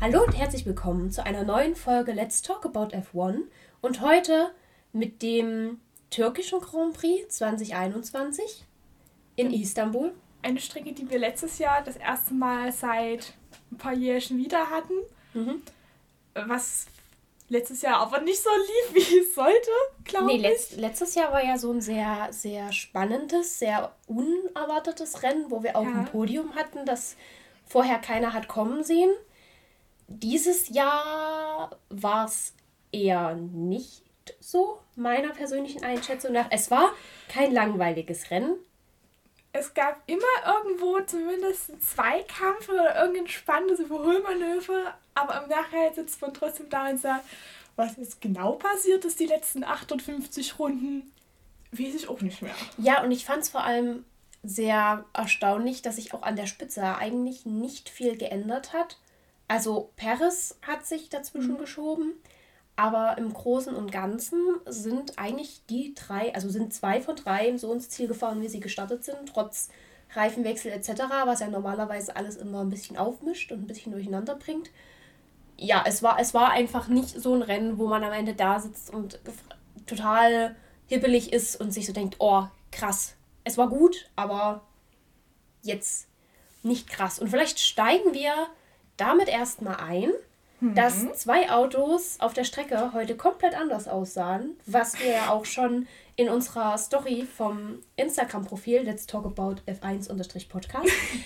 Hallo und herzlich willkommen zu einer neuen Folge Let's Talk About F1 und heute mit dem türkischen Grand Prix 2021 in Istanbul. Eine Strecke, die wir letztes Jahr das erste Mal seit ein paar Jährchen wieder hatten, was letztes Jahr aber nicht so lief, wie es sollte, glaube ich. Letztes Jahr war ja so ein sehr, sehr spannendes, sehr unerwartetes Rennen, wo wir auch ein Podium hatten, das vorher keiner hat kommen sehen. Dieses Jahr war es eher nicht so, meiner persönlichen Einschätzung nach. Es war kein langweiliges Rennen. Es gab immer irgendwo zumindest einen Zweikampf oder irgendein spannendes Überholmanöver, aber im Nachhinein sitzt man trotzdem da und sagt, was ist genau passiert ist die letzten 58 Runden, weiß ich auch nicht mehr. Ja, und ich fand es vor allem sehr erstaunlich, dass sich auch an der Spitze eigentlich nicht viel geändert hat. Also Perez hat sich dazwischen geschoben, aber im Großen und Ganzen sind eigentlich die drei, also sind 2 von 3 so ins Ziel gefahren, wie sie gestartet sind, trotz Reifenwechsel etc., was ja normalerweise alles immer ein bisschen aufmischt und ein bisschen durcheinander bringt. Ja, es war einfach nicht so ein Rennen, wo man am Ende da sitzt und total hibbelig ist und sich so denkt, oh, krass, es war gut, aber jetzt nicht krass. Und vielleicht steigen wir damit erstmal ein, dass 2 Autos auf der Strecke heute komplett anders aussahen, was wir ja auch schon in unserer Story vom Instagram-Profil Let's Talk About F1_Podcast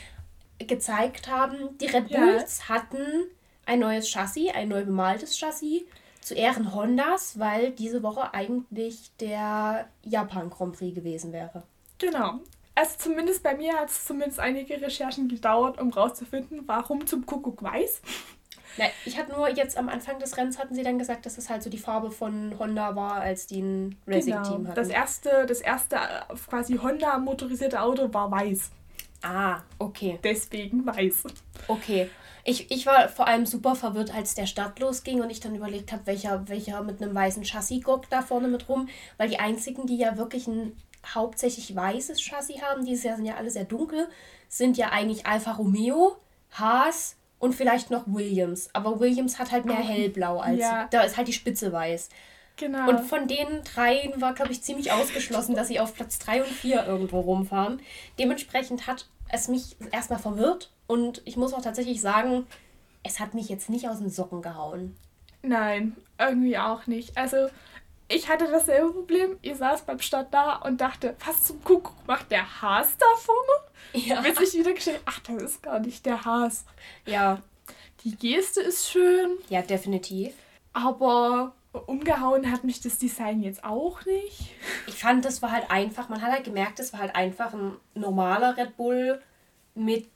gezeigt haben. Die Red Bulls hatten ein neues Chassis, ein neu bemaltes Chassis zu Ehren Hondas, weil diese Woche eigentlich der Japan Grand Prix gewesen wäre. Genau. Also zumindest bei mir hat es zumindest einige Recherchen gedauert, um rauszufinden, warum zum Kuckuck weiß. Na, ich hatte nur jetzt am Anfang des Rennens hatten sie dann gesagt, dass es halt so die Farbe von Honda war, als die ein Racing-Team hatten. Das erste quasi Honda motorisierte Auto war weiß. Ah, okay. Deswegen weiß. Okay. Ich war vor allem super verwirrt, als der Start losging und ich dann überlegt habe, welcher mit einem weißen Chassis guckt da vorne mit rum, weil die einzigen, die ja wirklich ein hauptsächlich weißes Chassis haben, dieses Jahr sind ja alle sehr dunkel, sind ja eigentlich Alfa Romeo, Haas und vielleicht noch Williams. Aber Williams hat halt mehr hellblau als, da ist halt die Spitze weiß. Genau. Und von den 3 war, glaube ich, ziemlich ausgeschlossen, dass sie auf Platz 3 und 4 irgendwo rumfahren. Dementsprechend hat es mich erstmal verwirrt und ich muss auch tatsächlich sagen, es hat mich jetzt nicht aus den Socken gehauen. Nein, irgendwie auch nicht. Also ich hatte dasselbe Problem. Ich saß beim Start da und dachte, was zum Kuckuck macht der Haas da vorne? Ja. Bis ich wieder gestellt, ach, das ist gar nicht der Haas. Ja. Die Geste ist schön. Ja, definitiv. Aber umgehauen hat mich das Design jetzt auch nicht. Ich fand, das war halt einfach, man hat halt gemerkt, das war halt einfach ein normaler Red Bull mit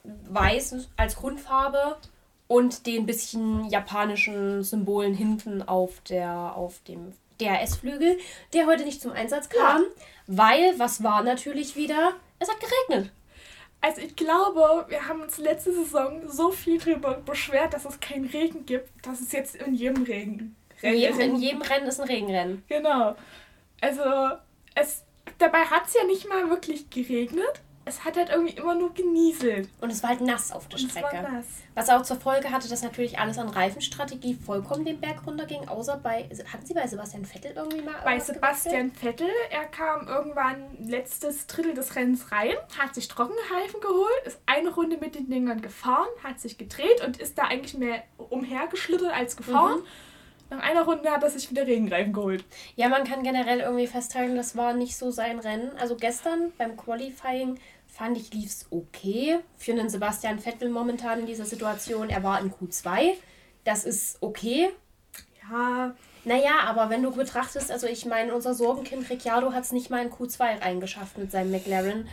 weiß als Grundfarbe und den bisschen japanischen Symbolen hinten auf dem DRS-Flügel, der heute nicht zum Einsatz kam, weil, was war natürlich wieder? Es hat geregnet. Also ich glaube, wir haben uns letzte Saison so viel darüber beschwert, dass es keinen Regen gibt, dass es jetzt in jedem Rennen. In jedem Rennen ist ein Regenrennen. Genau. Also dabei hat es ja nicht mal wirklich geregnet. Es hat halt irgendwie immer nur genieselt. Und es war halt nass auf der Strecke. Es war nass. Was auch zur Folge hatte, dass natürlich alles an Reifenstrategie vollkommen den Berg runterging, außer hatten sie bei Sebastian Vettel irgendwie mal Bei Sebastian Vettel, er kam irgendwann letztes Drittel des Rennens rein, hat sich Trockenreifen geholt, ist eine Runde mit den Dingern gefahren, hat sich gedreht und ist da eigentlich mehr umhergeschlittert als gefahren. Nach einer Runde hat er sich wieder Regenreifen geholt. Ja, man kann generell irgendwie festhalten, das war nicht so sein Rennen. Also gestern beim Qualifying fand ich, lief es okay. Für einen Sebastian Vettel momentan in dieser Situation, er war in Q2. Das ist okay. Ja. Naja, aber wenn du betrachtest, also ich meine, unser Sorgenkind Ricciardo hat es nicht mal in Q2 reingeschafft mit seinem McLaren.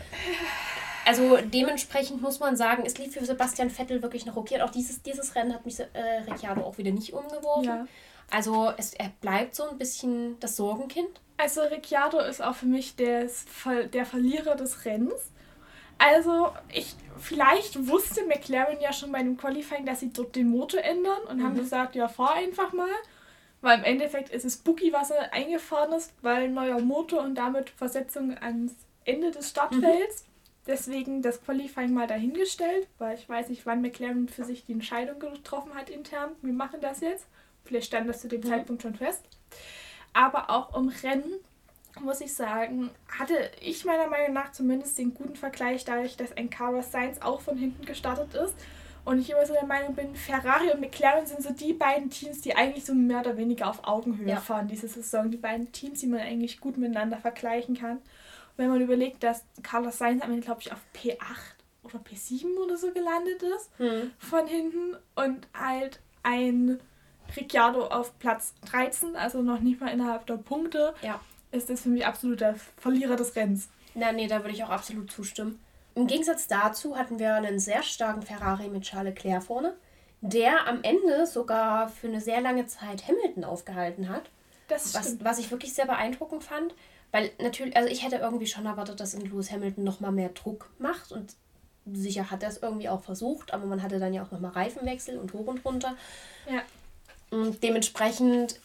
Also dementsprechend muss man sagen, es lief für Sebastian Vettel wirklich noch okay. Und auch dieses Rennen hat mich Ricciardo auch wieder nicht umgeworfen. Ja. Also er bleibt so ein bisschen das Sorgenkind. Also Ricciardo ist auch für mich der Verlierer des Rennens. Also vielleicht wusste McLaren ja schon bei dem Qualifying, dass sie dort den Motor ändern und haben gesagt, ja, fahr einfach mal. Weil im Endeffekt ist es Buggy, was er eingefahren ist, weil neuer Motor und damit Versetzung ans Ende des Startfelds. Deswegen das Qualifying mal dahingestellt, weil ich weiß nicht, wann McLaren für sich die Entscheidung getroffen hat intern. Wir machen das jetzt. Vielleicht stand das zu dem Zeitpunkt schon fest. Aber auch im Rennen, muss ich sagen, hatte ich meiner Meinung nach zumindest den guten Vergleich dadurch, dass ein Carlos Sainz auch von hinten gestartet ist. Und ich immer so der Meinung bin, Ferrari und McLaren sind so die beiden Teams, die eigentlich so mehr oder weniger auf Augenhöhe fahren diese Saison. Die beiden Teams, die man eigentlich gut miteinander vergleichen kann. Und wenn man überlegt, dass Carlos Sainz am Ende, glaube ich, auf P8 oder P7 oder so gelandet ist von hinten und halt ein Ricciardo auf Platz 13, also noch nicht mal innerhalb der Punkte, ist das für mich absolut der Verlierer des Rennens. Nee, da würde ich auch absolut zustimmen. Im Gegensatz dazu hatten wir einen sehr starken Ferrari mit Charles Leclerc vorne, der am Ende sogar für eine sehr lange Zeit Hamilton aufgehalten hat. Das stimmt. Was ich wirklich sehr beeindruckend fand, weil natürlich, also ich hätte irgendwie schon erwartet, dass Lewis Hamilton nochmal mehr Druck macht und sicher hat er es irgendwie auch versucht, aber man hatte dann ja auch nochmal Reifenwechsel und hoch und runter. Ja. Und dementsprechend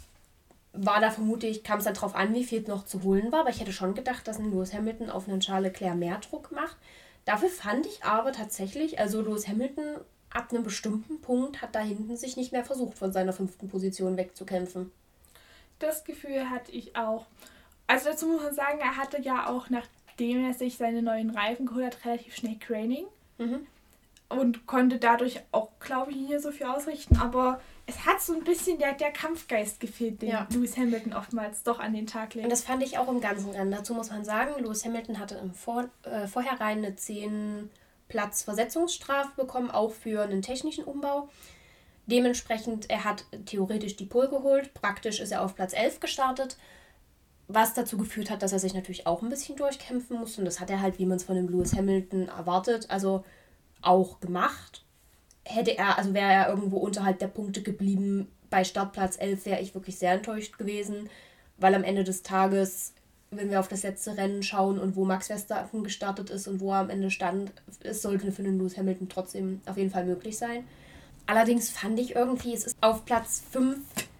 kam es dann drauf an, wie viel noch zu holen war, aber ich hätte schon gedacht, dass ein Lewis Hamilton auf einen Charles Leclerc mehr Druck macht. Dafür fand ich aber tatsächlich, also Lewis Hamilton ab einem bestimmten Punkt hat da hinten sich nicht mehr versucht, von seiner 5. Position wegzukämpfen. Das Gefühl hatte ich auch. Also dazu muss man sagen, er hatte ja auch, nachdem er sich seine neuen Reifen geholt hat, relativ schnell Training. Und konnte dadurch auch, glaube ich, nicht so viel ausrichten. Aber es hat so ein bisschen der Kampfgeist gefehlt, den Lewis Hamilton oftmals doch an den Tag legt. Und das fand ich auch im ganzen Rennen. Dazu muss man sagen, Lewis Hamilton hatte im Vorhinein eine 10-Platz Versetzungsstrafe bekommen, auch für einen technischen Umbau. Dementsprechend, er hat theoretisch die Pole geholt. Praktisch ist er auf Platz 11 gestartet. Was dazu geführt hat, dass er sich natürlich auch ein bisschen durchkämpfen muss. Und das hat er halt, wie man es von dem Lewis Hamilton erwartet, also auch gemacht. Wäre er irgendwo unterhalb der Punkte geblieben, bei Startplatz 11 wäre ich wirklich sehr enttäuscht gewesen, weil am Ende des Tages, wenn wir auf das letzte Rennen schauen und wo Max Verstappen gestartet ist und wo er am Ende stand, es sollte für den Lewis Hamilton trotzdem auf jeden Fall möglich sein. Allerdings fand ich irgendwie, es ist auf Platz 5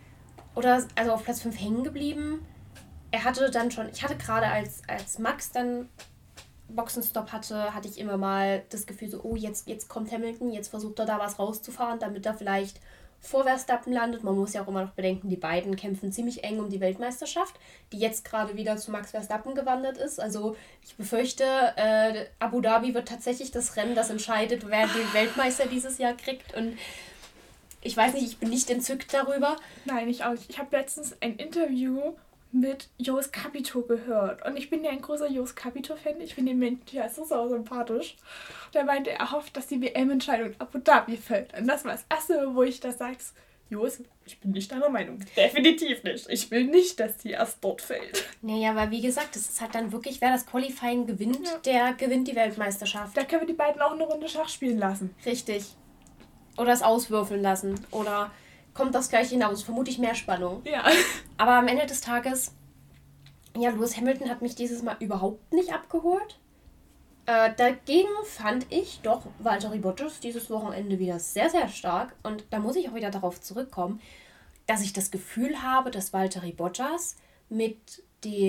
auf Platz 5 hängen geblieben. Ich hatte gerade als Max dann Boxenstopp hatte ich immer mal das Gefühl so, oh, jetzt kommt Hamilton, jetzt versucht er da was rauszufahren, damit er vielleicht vor Verstappen landet. Man muss ja auch immer noch bedenken, die beiden kämpfen ziemlich eng um die Weltmeisterschaft, die jetzt gerade wieder zu Max Verstappen gewandert ist. Also ich befürchte, Abu Dhabi wird tatsächlich das Rennen, das entscheidet, wer den Weltmeister dieses Jahr kriegt. Und ich weiß nicht, ich bin nicht entzückt darüber. Nein, ich auch nicht. Ich habe letztens ein Interview mit Jost Capito gehört. Und ich bin ja ein großer Jost Capito-Fan. Ich finde den Menschen ja so sympathisch. Der meinte, er hofft, dass die WM-Entscheidung in Abu Dhabi fällt. Und das war das Erste, wo ich da sage, Jost, ich bin nicht deiner Meinung. Definitiv nicht. Ich will nicht, dass die erst dort fällt. Naja, aber wie gesagt, das ist halt dann wirklich, wer das Qualifying gewinnt, der gewinnt die Weltmeisterschaft. Da können wir die beiden auch eine Runde Schach spielen lassen. Richtig. Oder es auswürfeln lassen. Oder kommt das gleich hinaus. Vermutlich mehr Spannung. Ja. Aber am Ende des Tages, Lewis Hamilton hat mich dieses Mal überhaupt nicht abgeholt. Dagegen fand ich doch Valtteri Bottas dieses Wochenende wieder sehr, sehr stark. Und da muss ich auch wieder darauf zurückkommen, dass ich das Gefühl habe, dass Valtteri Bottas mit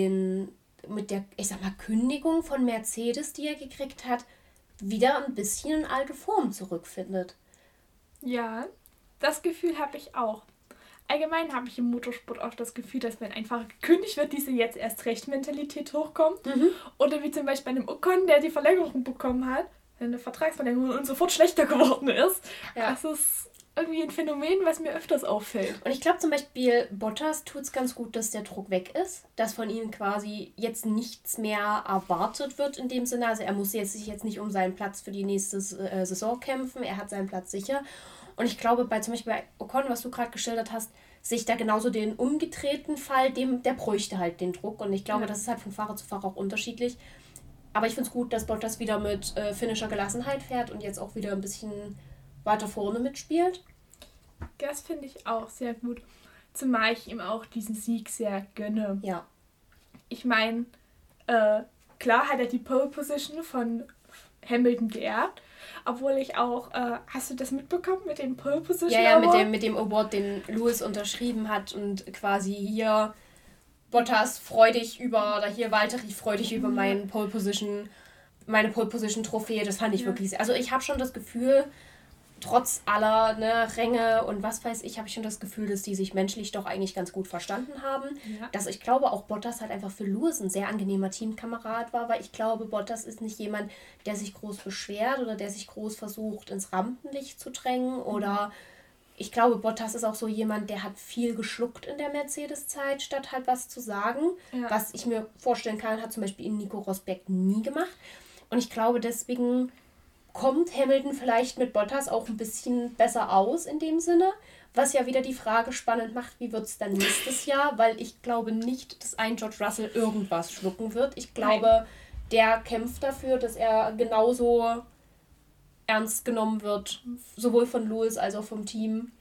der, ich sag mal, Kündigung von Mercedes, die er gekriegt hat, wieder ein bisschen in alte Form zurückfindet. Ja, das Gefühl habe ich auch. Allgemein habe ich im Motorsport auch das Gefühl, dass wenn einfach gekündigt wird, diese jetzt erst recht Mentalität hochkommt. Oder wie zum Beispiel bei einem Ocon, der die Verlängerung bekommen hat, eine Vertragsverlängerung und sofort schlechter geworden ist. Ja. Das ist irgendwie ein Phänomen, was mir öfters auffällt. Und ich glaube zum Beispiel, Bottas tut es ganz gut, dass der Druck weg ist, dass von ihm quasi jetzt nichts mehr erwartet wird in dem Sinne. Also er muss sich jetzt nicht um seinen Platz für die nächste Saison kämpfen, er hat seinen Platz sicher. Und ich glaube, zum Beispiel bei Ocon, was du gerade geschildert hast, sehe ich da genauso den umgedrehten Fall, der bräuchte halt den Druck. Und ich glaube, das ist halt von Fahrer zu Fahrer auch unterschiedlich. Aber ich finde es gut, dass Bottas wieder mit finnischer Gelassenheit fährt und jetzt auch wieder ein bisschen weiter vorne mitspielt. Das finde ich auch sehr gut. Zumal ich ihm auch diesen Sieg sehr gönne. Ja. Ich meine, klar hat er die Pole Position von Hamilton geerbt. Obwohl ich auch, hast du das mitbekommen mit dem Pole Position Award? Ja, mit dem Award, den Lewis unterschrieben hat und quasi hier Bottas freu dich über, oder hier Valtteri freu dich über meinen Pole Position meine Pole-Position-Trophäe, das fand ich wirklich... Also ich habe schon das Gefühl, trotz aller Ränge und was weiß ich, habe ich schon das Gefühl, dass die sich menschlich doch eigentlich ganz gut verstanden haben. Ja. Dass ich glaube, auch Bottas halt einfach für Lewis ein sehr angenehmer Teamkamerad war, weil ich glaube, Bottas ist nicht jemand, der sich groß beschwert oder der sich groß versucht, ins Rampenlicht zu drängen oder... Ich glaube, Bottas ist auch so jemand, der hat viel geschluckt in der Mercedes-Zeit, statt halt was zu sagen. Ja. Was ich mir vorstellen kann, hat zum Beispiel in Nico Rosberg nie gemacht. Und ich glaube, deswegen kommt Hamilton vielleicht mit Bottas auch ein bisschen besser aus in dem Sinne. Was ja wieder die Frage spannend macht, wie wird es dann nächstes Jahr? Weil ich glaube nicht, dass ein George Russell irgendwas schlucken wird. Ich glaube, der kämpft dafür, dass er genauso... ernst genommen wird, sowohl von Lewis als auch vom Team,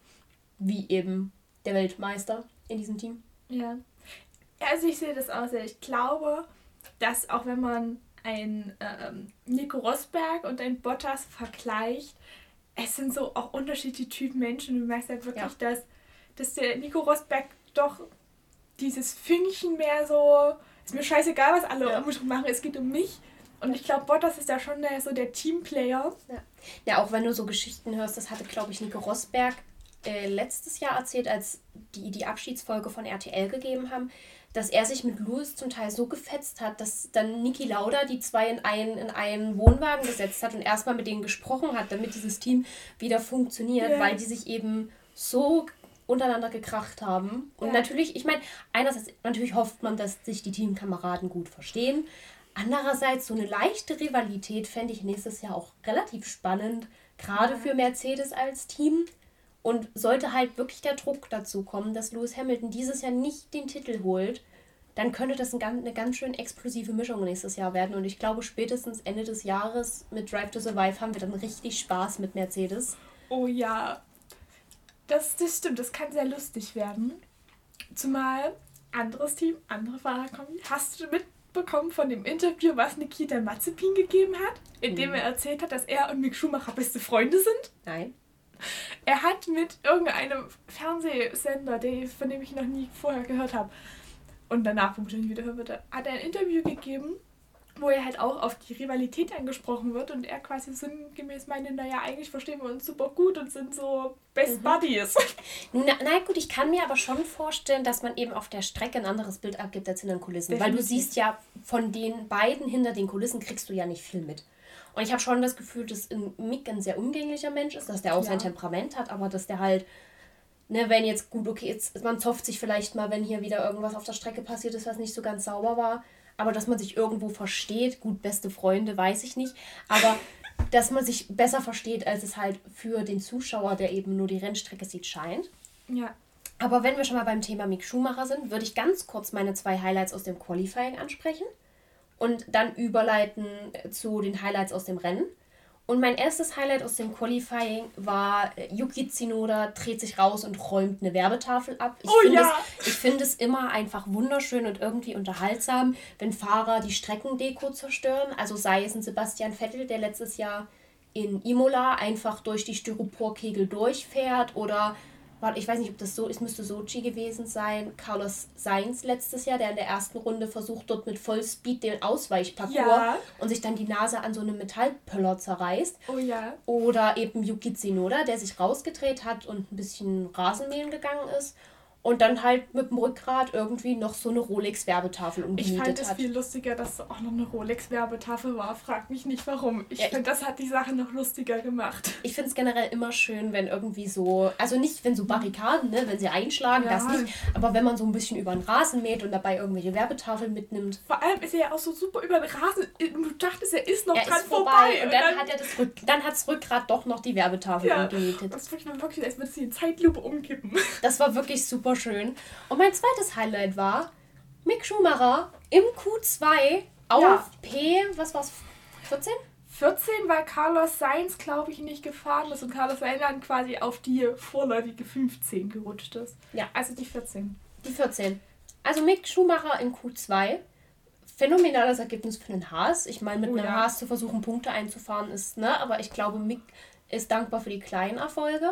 wie eben der Weltmeister in diesem Team. Ja, also ich sehe das auch sehr. Ich glaube, dass auch wenn man einen Nico Rosberg und einen Bottas vergleicht, es sind so auch unterschiedliche Typen Menschen. Du merkst halt wirklich, dass der Nico Rosberg doch dieses Fünkchen mehr so, ist mir scheißegal, was alle um mich machen, es geht um mich. Und ich glaube, Bottas ist da schon so der Teamplayer. Ja, auch wenn du so Geschichten hörst, das hatte, glaube ich, Nico Rosberg letztes Jahr erzählt, als die Abschiedsfolge von RTL gegeben haben, dass er sich mit Lewis zum Teil so gefetzt hat, dass dann Niki Lauda die zwei in einen Wohnwagen gesetzt hat und erstmal mit denen gesprochen hat, damit dieses Team wieder funktioniert, weil die sich eben so untereinander gekracht haben. Und natürlich, ich meine, einerseits natürlich hofft man, dass sich die Teamkameraden gut verstehen. Andererseits, so eine leichte Rivalität fände ich nächstes Jahr auch relativ spannend, gerade für Mercedes als Team. Und sollte halt wirklich der Druck dazu kommen, dass Lewis Hamilton dieses Jahr nicht den Titel holt, dann könnte das eine ganz schön explosive Mischung nächstes Jahr werden. Und ich glaube, spätestens Ende des Jahres mit Drive to Survive haben wir dann richtig Spaß mit Mercedes. Oh ja, das stimmt, das kann sehr lustig werden. Zumal anderes Team, andere Fahrer kommen. Hast du mitbekommen von dem Interview, was Nikita Mazepin gegeben hat, in dem er erzählt hat, dass er und Mick Schumacher beste Freunde sind? Nein. Er hat mit irgendeinem Fernsehsender, von dem ich noch nie vorher gehört habe, und danach wahrscheinlich wieder hören würde, hat er ein Interview gegeben, wo er halt auch auf die Rivalität angesprochen wird und er quasi sinngemäß meinte, naja, eigentlich verstehen wir uns super gut und sind so Best Buddies. Na gut, ich kann mir aber schon vorstellen, dass man eben auf der Strecke ein anderes Bild abgibt als hinter den Kulissen. Definitiv. Weil du siehst ja, von den beiden hinter den Kulissen kriegst du ja nicht viel mit. Und ich habe schon das Gefühl, dass Mick ein sehr umgänglicher Mensch ist, dass der auch sein Temperament hat, aber dass der halt, wenn jetzt gut, okay, jetzt, man zofft sich vielleicht mal, wenn hier wieder irgendwas auf der Strecke passiert ist, was nicht so ganz sauber war, aber dass man sich irgendwo versteht, gut, beste Freunde, weiß ich nicht, aber dass man sich besser versteht, als es halt für den Zuschauer, der eben nur die Rennstrecke sieht, scheint. Ja. Aber wenn wir schon mal beim Thema Mick Schumacher sind, würde ich ganz kurz meine 2 Highlights aus dem Qualifying ansprechen. Und dann überleiten zu den Highlights aus dem Rennen. Und mein erstes Highlight aus dem Qualifying war, Yuki Tsunoda dreht sich raus und räumt eine Werbetafel ab. Ich finde es immer einfach wunderschön und irgendwie unterhaltsam, wenn Fahrer die Streckendeko zerstören. Also sei es ein Sebastian Vettel, der letztes Jahr in Imola einfach durch die Styroporkegel durchfährt, oder... Ich weiß nicht, ob das so ist, müsste Sochi gewesen sein. Carlos Sainz letztes Jahr, der in der ersten Runde versucht, dort mit Vollspeed den Ausweichparcours und sich dann die Nase an so einem Metallpöller zerreißt. Oh ja. Oder eben Yuki Tsunoda, der sich rausgedreht hat und ein bisschen Rasenmähen gegangen ist. Und dann halt mit dem Rückgrat irgendwie noch so eine Rolex-Werbetafel umgemietet hat. Ich fand es viel lustiger, dass auch noch eine Rolex-Werbetafel war. Frag mich nicht, warum. Ich finde, das hat die Sache noch lustiger gemacht. Ich finde es generell immer schön, wenn irgendwie so, also nicht, wenn so Barrikaden, wenn sie einschlagen, das nicht. Aber wenn man so ein bisschen über den Rasen mäht und dabei irgendwelche Werbetafeln mitnimmt. Vor allem ist er ja auch so super über den Rasen. Du dachtest, er ist noch dran vorbei. Und dann hat das Rückgrat doch noch die Werbetafel umgemietet. Das war wirklich, als würde sie in Zeitlupe umkippen. Das war wirklich super schön. Und mein zweites Highlight war Mick Schumacher im Q2 auf P, was war's, 14? 14, weil Carlos Sainz, glaube ich, nicht gefahren ist und Carlos Sainz dann quasi auf die vorläufige 15 gerutscht ist. Ja. Also die 14. Die 14. Also Mick Schumacher im Q2. Phänomenales Ergebnis für den Haas. Ich meine, mit einem Haas zu versuchen, Punkte einzufahren ist, aber ich glaube, Mick ist dankbar für die kleinen Erfolge.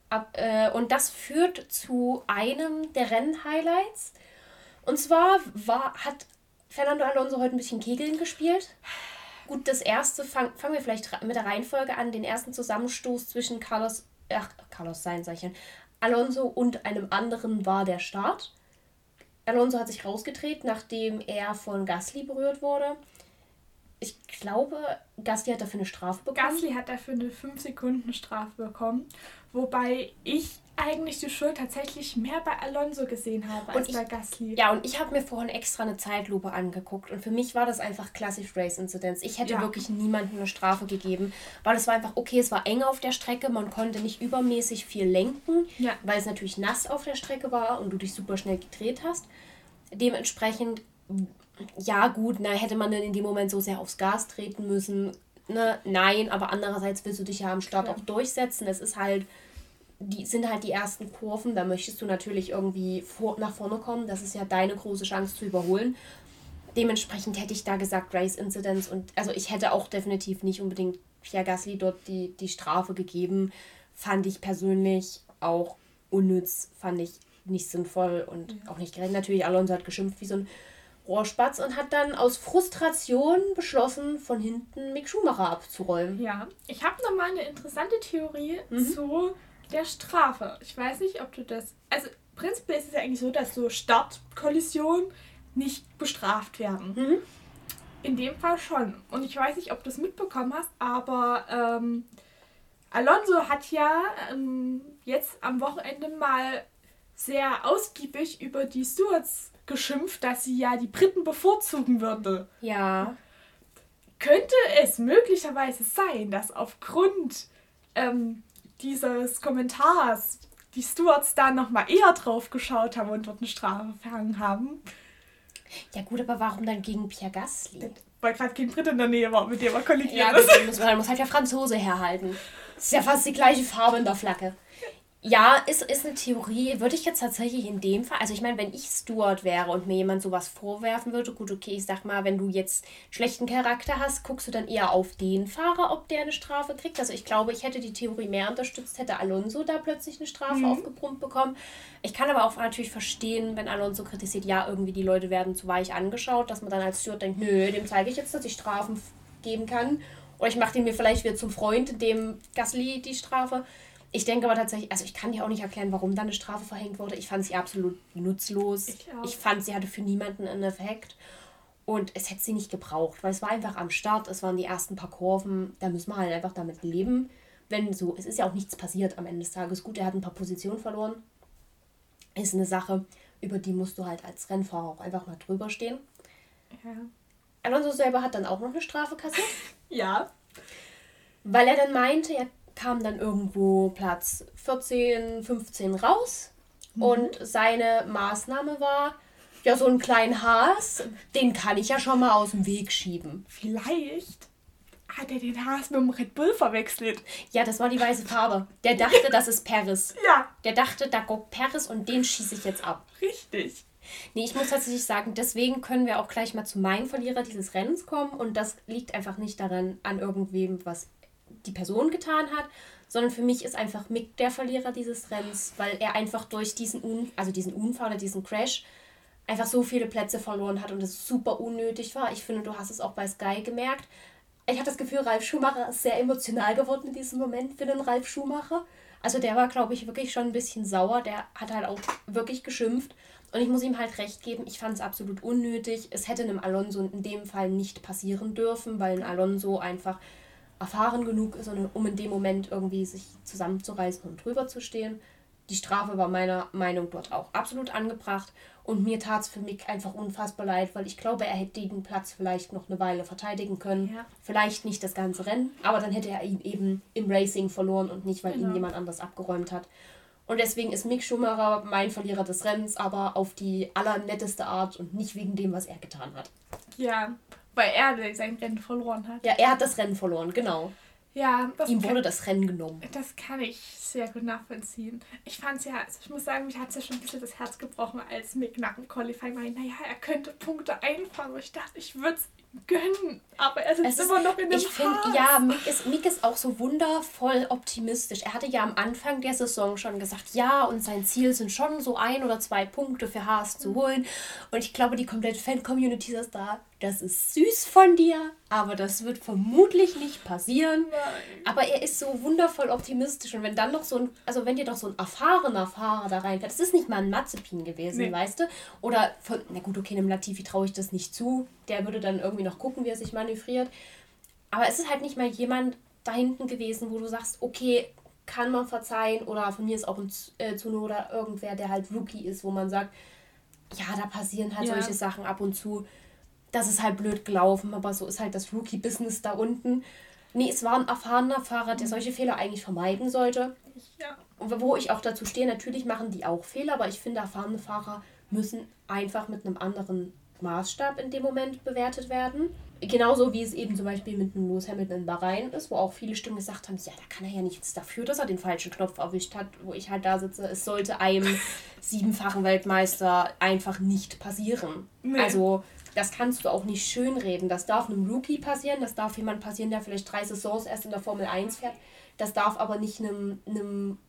Und das führt zu einem der Rennen-Highlights. Und zwar hat Fernando Alonso heute ein bisschen Kegeln gespielt. gut, das erste, fangen wir vielleicht mit der Reihenfolge an, den ersten Zusammenstoß zwischen Carlos Sainz, sag ich schon, Alonso und einem anderen war der Start. Alonso hat sich rausgedreht, nachdem er von Gasly berührt wurde. Ich glaube, Gasly hat dafür eine Strafe bekommen. Gasly hat dafür eine 5-Sekunden-Strafe bekommen, wobei ich eigentlich die Schuld tatsächlich mehr bei Alonso gesehen habe als bei Gasly. Ja, und ich habe mir vorhin extra eine Zeitlupe angeguckt und für mich war das einfach klassisch Race-Inzidenz. Ich hätte wirklich niemandem eine Strafe gegeben, weil es war einfach, okay, es war eng auf der Strecke, man konnte nicht übermäßig viel lenken, weil es natürlich nass auf der Strecke war und du dich super schnell gedreht hast. Dementsprechend, ja gut, hätte man dann in dem Moment so sehr aufs Gas treten müssen. Ne? Nein, aber andererseits willst du dich ja am Start auch durchsetzen. Es ist halt, sind halt die ersten Kurven, da möchtest du natürlich irgendwie nach vorne kommen. Das ist ja deine große Chance zu überholen. Dementsprechend hätte ich da gesagt Race Incidents und also ich hätte auch definitiv nicht unbedingt Pierre Gasly dort die Strafe gegeben. Fand ich persönlich auch unnütz, fand ich nicht sinnvoll und auch nicht gerecht. Natürlich, Alonso hat geschimpft wie so ein Rohrspatz und hat dann aus Frustration beschlossen, von hinten Mick Schumacher abzuräumen. Ja, ich habe nochmal eine interessante Theorie zu der Strafe. Ich weiß nicht, ob du das... Also prinzipiell ist es ja eigentlich so, dass so Startkollisionen nicht bestraft werden. In dem Fall schon. Und ich weiß nicht, ob du es mitbekommen hast, aber Alonso hat ja jetzt am Wochenende mal sehr ausgiebig über die Stewards geschimpft, dass sie ja die Briten bevorzugen würde. Ja. Könnte es möglicherweise sein, dass aufgrund dieses Kommentars die Stewards da nochmal eher drauf geschaut haben und dort eine Strafe verhangen haben? Ja gut, aber warum dann gegen Pierre Gasly? Weil gerade kein Brit in der Nähe war, mit dem er kollidiert ist. Ja, muss halt der Franzose herhalten. Das ist ja fast die gleiche Farbe in der Flagge. Ja, ist eine Theorie. Würde ich jetzt tatsächlich in dem Fall, also ich meine, wenn ich Steward wäre und mir jemand sowas vorwerfen würde, gut, okay, ich sag mal, wenn du jetzt schlechten Charakter hast, guckst du dann eher auf den Fahrer, ob der eine Strafe kriegt. Also ich glaube, ich hätte die Theorie mehr unterstützt, hätte Alonso da plötzlich eine Strafe aufgebrummt bekommen. Ich kann aber auch natürlich verstehen, wenn Alonso kritisiert, ja, irgendwie die Leute werden zu weich angeschaut, dass man dann als Steward denkt, nö, dem zeige ich jetzt, dass ich Strafen geben kann. Oder ich mache den mir vielleicht wieder zum Freund, dem Gasly die Strafe. Ich denke aber tatsächlich, also ich kann dir auch nicht erklären, warum da eine Strafe verhängt wurde. Ich fand sie absolut nutzlos. Ich fand, sie hatte für niemanden einen Effekt. Und es hätte sie nicht gebraucht, weil es war einfach am Start, es waren die ersten paar Kurven, da müssen wir halt einfach damit leben. Wenn so, es ist ja auch nichts passiert am Ende des Tages. Gut, er hat ein paar Positionen verloren. Ist eine Sache, über die musst du halt als Rennfahrer auch einfach mal drüber stehen. Ja. Alonso selber hat dann auch noch eine Strafe kassiert. Ja. Weil er dann meinte, er kam dann irgendwo Platz 14, 15 raus und seine Maßnahme war, ja, so einen kleinen Haas, den kann ich ja schon mal aus dem Weg schieben. Vielleicht hat er den Haas mit dem Red Bull verwechselt. Ja, das war die weiße Farbe. Der dachte, das ist Perez. Ja. Der dachte, da guckt Perez und den schieße ich jetzt ab. Richtig. Nee, ich muss tatsächlich sagen, deswegen können wir auch gleich mal zu meinem Verlierer dieses Rennens kommen und das liegt einfach nicht daran, an irgendwem, was die Person getan hat, sondern für mich ist einfach Mick der Verlierer dieses Rennens, weil er einfach durch diesen Unfall oder diesen Crash einfach so viele Plätze verloren hat und es super unnötig war. Ich finde, du hast es auch bei Sky gemerkt. Ich habe das Gefühl, Ralf Schumacher ist sehr emotional geworden in diesem Moment für den Ralf Schumacher. Also der war, glaube ich, wirklich schon ein bisschen sauer. Der hat halt auch wirklich geschimpft. Und ich muss ihm halt recht geben, ich fand es absolut unnötig. Es hätte einem Alonso in dem Fall nicht passieren dürfen, weil ein Alonso einfach erfahren genug ist, um in dem Moment irgendwie sich zusammenzureißen und drüber zu stehen. Die Strafe war meiner Meinung dort auch absolut angebracht und mir tat es für Mick einfach unfassbar leid, weil ich glaube, er hätte den Platz vielleicht noch eine Weile verteidigen können. Ja. Vielleicht nicht das ganze Rennen, aber dann hätte er ihn eben im Racing verloren und nicht, weil ihn jemand anders abgeräumt hat. Und deswegen ist Mick Schumacher mein Verlierer des Rennens, aber auf die allernetteste Art und nicht wegen dem, was er getan hat. Ja, weil er sein Rennen verloren hat. Ja, er hat das Rennen verloren, genau. Ja, ihm wurde das Rennen genommen. Das kann ich sehr gut nachvollziehen. Ich fand's ja, also ich muss sagen, mich hat es ja schon ein bisschen das Herz gebrochen, als Mick nach dem Qualifying meinte, naja, er könnte Punkte einfahren. Und ich dachte, ich würde es gönnen, aber er sitzt immer noch in dem Haas. Ja, Mick ist auch so wundervoll optimistisch. Er hatte ja am Anfang der Saison schon gesagt, ja, und sein Ziel sind schon so 1 oder 2 Punkte für Haas zu holen. Und ich glaube, die komplette Fan-Community saß da. das ist süß von dir, aber das wird vermutlich nicht passieren. Nein. Aber er ist so wundervoll optimistisch. Und wenn dann noch wenn dir doch so ein erfahrener Fahrer da reinfährt, das ist nicht mal ein Mazepin gewesen, weißt du? Oder, na gut, okay, einem Latifi traue ich das nicht zu. Der würde dann irgendwie noch gucken, wie er sich manövriert. Aber es ist halt nicht mal jemand da hinten gewesen, wo du sagst, okay, kann man verzeihen. Oder von mir ist auch ein Tsunoda irgendwer, der halt Rookie ist, wo man sagt, ja, da passieren halt solche Sachen ab und zu. Das ist halt blöd gelaufen, aber so ist halt das Rookie-Business da unten. Nee, es war ein erfahrener Fahrer, der solche Fehler eigentlich vermeiden sollte. Ja. Und wo ich auch dazu stehe, natürlich machen die auch Fehler, aber ich finde, erfahrene Fahrer müssen einfach mit einem anderen Maßstab in dem Moment bewertet werden. Genauso wie es eben zum Beispiel mit dem Lewis Hamilton in Bahrain ist, wo auch viele Stimmen gesagt haben, ja, da kann er ja nichts dafür, dass er den falschen Knopf erwischt hat, wo ich halt da sitze. Es sollte einem 7-fachen Weltmeister einfach nicht passieren. Nee. Also das kannst du auch nicht schönreden. Das darf einem Rookie passieren, das darf jemand passieren, der vielleicht 3 Saisons erst in der Formel 1 fährt. Das darf aber nicht einem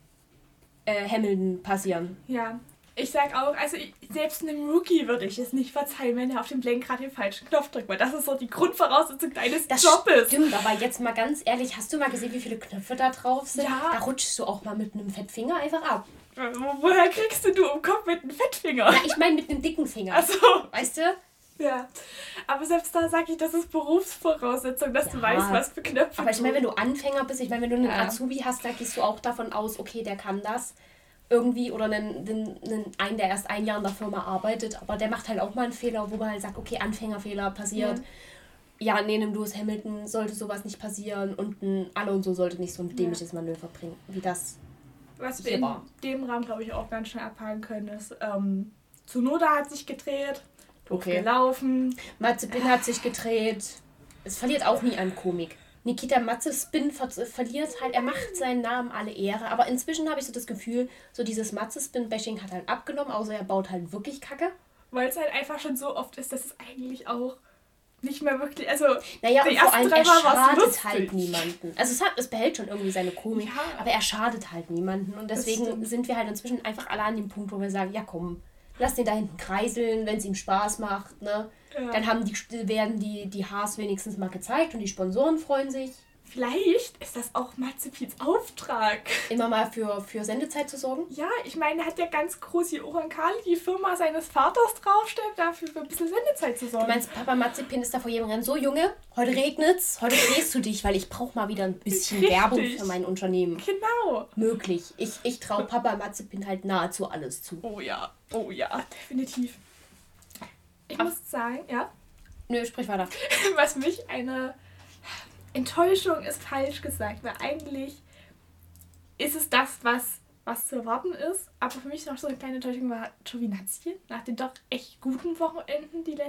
Hamilton passieren. Ja. Ich sag auch, also selbst einem Rookie würde ich es nicht verzeihen, wenn er auf dem Lenkrad den falschen Knopf drückt, weil das ist so die Grundvoraussetzung deines Jobes. Stimmt, aber jetzt mal ganz ehrlich, hast du mal gesehen, wie viele Knöpfe da drauf sind? Ja. Da rutschst du auch mal mit einem Fettfinger einfach ab. Woher kriegst du im Kopf mit einem Fettfinger? Ja, ich meine mit einem dicken Finger. Ach so. Weißt du? Ja, aber selbst da sage ich, das ist Berufsvoraussetzung, dass du weißt, was für Knöpfe. Aber ich meine, wenn du Anfänger bist, ich meine, wenn du einen Azubi hast, da gehst du auch davon aus, okay, der kann das irgendwie, oder einen, der erst ein Jahr in der Firma arbeitet, aber der macht halt auch mal einen Fehler, wo man halt sagt, okay, Anfängerfehler passiert. Ja, nee, einem Lewis Hamilton sollte sowas nicht passieren und ein Alonso sollte nicht so ein dämliches Manöver bringen, wie das. Was wir in dem Rahmen, glaube ich, auch ganz schnell abhaken können, ist, Tsunoda hat sich gedreht, gelaufen. Mazepin hat sich gedreht. Es verliert auch nie an Komik. Nikita Mazepin verliert halt, er macht seinen Namen alle Ehre, aber inzwischen habe ich so das Gefühl, so dieses Mazepin-Bashing hat halt abgenommen, außer er baut halt wirklich Kacke. Weil es halt einfach schon so oft ist, dass es eigentlich auch nicht mehr wirklich, also naja, und vor allem, er schadet halt niemanden. Also es behält schon irgendwie seine Komik, aber er schadet halt niemanden und deswegen sind wir halt inzwischen einfach alle an dem Punkt, wo wir sagen, ja komm, lass den da hinten kreiseln, wenn es ihm Spaß macht, ne? Ja. Dann werden die Haars wenigstens mal gezeigt und die Sponsoren freuen sich. Vielleicht ist das auch Mazepins Auftrag. Immer mal für Sendezeit zu sorgen? Ja, ich meine, er hat ja ganz groß hier Orankali, die Firma seines Vaters draufstellt, dafür für ein bisschen Sendezeit zu sorgen. Du meinst, Papa Mazepin ist da vor jedem Rennen so, Junge, heute regnet's, heute drehst du dich, weil ich brauche mal wieder ein bisschen Werbung für mein Unternehmen. Genau. Möglich. Ich traue Papa Mazepin halt nahezu alles zu. Oh ja, definitiv. Ich muss sagen, ja? Nö, sprich weiter. Was mich eine Enttäuschung ist falsch gesagt, weil eigentlich ist es das, was zu erwarten ist. Aber für mich noch so eine kleine Enttäuschung war Giovinazzi. Nach den doch echt guten Wochenenden, die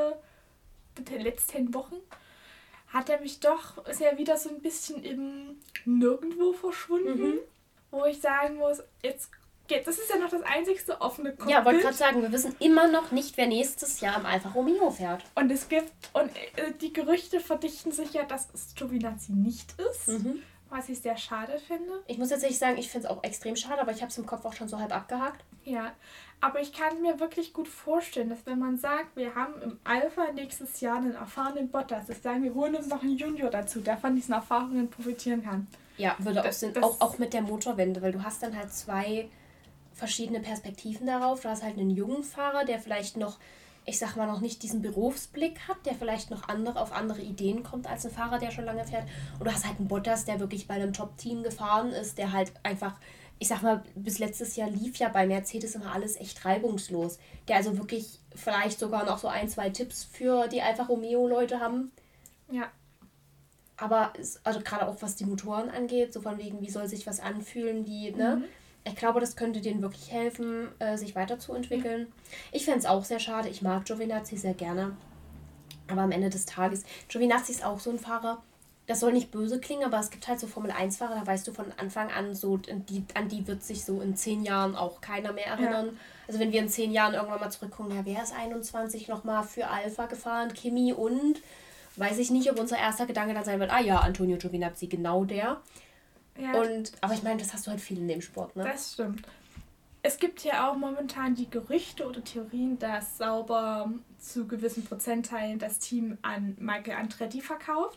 letzten Wochen, ist er wieder so ein bisschen im Nirgendwo verschwunden. Wo ich sagen muss, das ist ja noch das einzigste offene Cockpit. Ja, wollte gerade sagen, wir wissen immer noch nicht, wer nächstes Jahr im Alfa Romeo fährt. Und die Gerüchte verdichten sich ja, dass es Giovinazzi nicht ist, was ich sehr schade finde. Ich muss tatsächlich sagen, ich finde es auch extrem schade, aber ich habe es im Kopf auch schon so halb abgehakt. Ja, aber ich kann mir wirklich gut vorstellen, dass wenn man sagt, wir haben im Alpha nächstes Jahr einen erfahrenen Bottas, das sagen wir holen uns noch einen Junior dazu, der von diesen Erfahrungen profitieren kann. Ja, würde auch Sinn, auch mit der Motorwende, weil du hast dann halt 2 verschiedene Perspektiven darauf. Du hast halt einen jungen Fahrer, der vielleicht noch, ich sag mal, noch nicht diesen Berufsblick hat, der vielleicht noch auf andere Ideen kommt als ein Fahrer, der schon lange fährt. Und du hast halt einen Bottas, der wirklich bei einem Top-Team gefahren ist, der halt einfach, ich sag mal, bis letztes Jahr lief ja bei Mercedes immer alles echt reibungslos. Der also wirklich vielleicht sogar noch so 1, 2 Tipps für die Alfa Romeo-Leute haben. Ja. Aber also gerade auch was die Motoren angeht, so von wegen, wie soll sich was anfühlen, ne? Ich glaube, das könnte denen wirklich helfen, sich weiterzuentwickeln. Ich fände es auch sehr schade. Ich mag Giovinazzi sehr gerne. Aber am Ende des Tages, Giovinazzi ist auch so ein Fahrer, das soll nicht böse klingen, aber es gibt halt so Formel-1-Fahrer, da weißt du von Anfang an, so an die wird sich so in 10 Jahren auch keiner mehr erinnern. Ja. Also wenn wir in 10 Jahren irgendwann mal zurückgucken, ja, wer ist 21 nochmal für Alpha gefahren? Kimi und... Weiß ich nicht, ob unser erster Gedanke dann sein wird, Antonio Giovinazzi, genau der. Ja. Aber ich meine, das hast du halt viel in dem Sport, ne? Das stimmt. Es gibt ja auch momentan die Gerüchte oder Theorien, dass Sauber zu gewissen Prozentteilen das Team an Michael Andretti verkauft.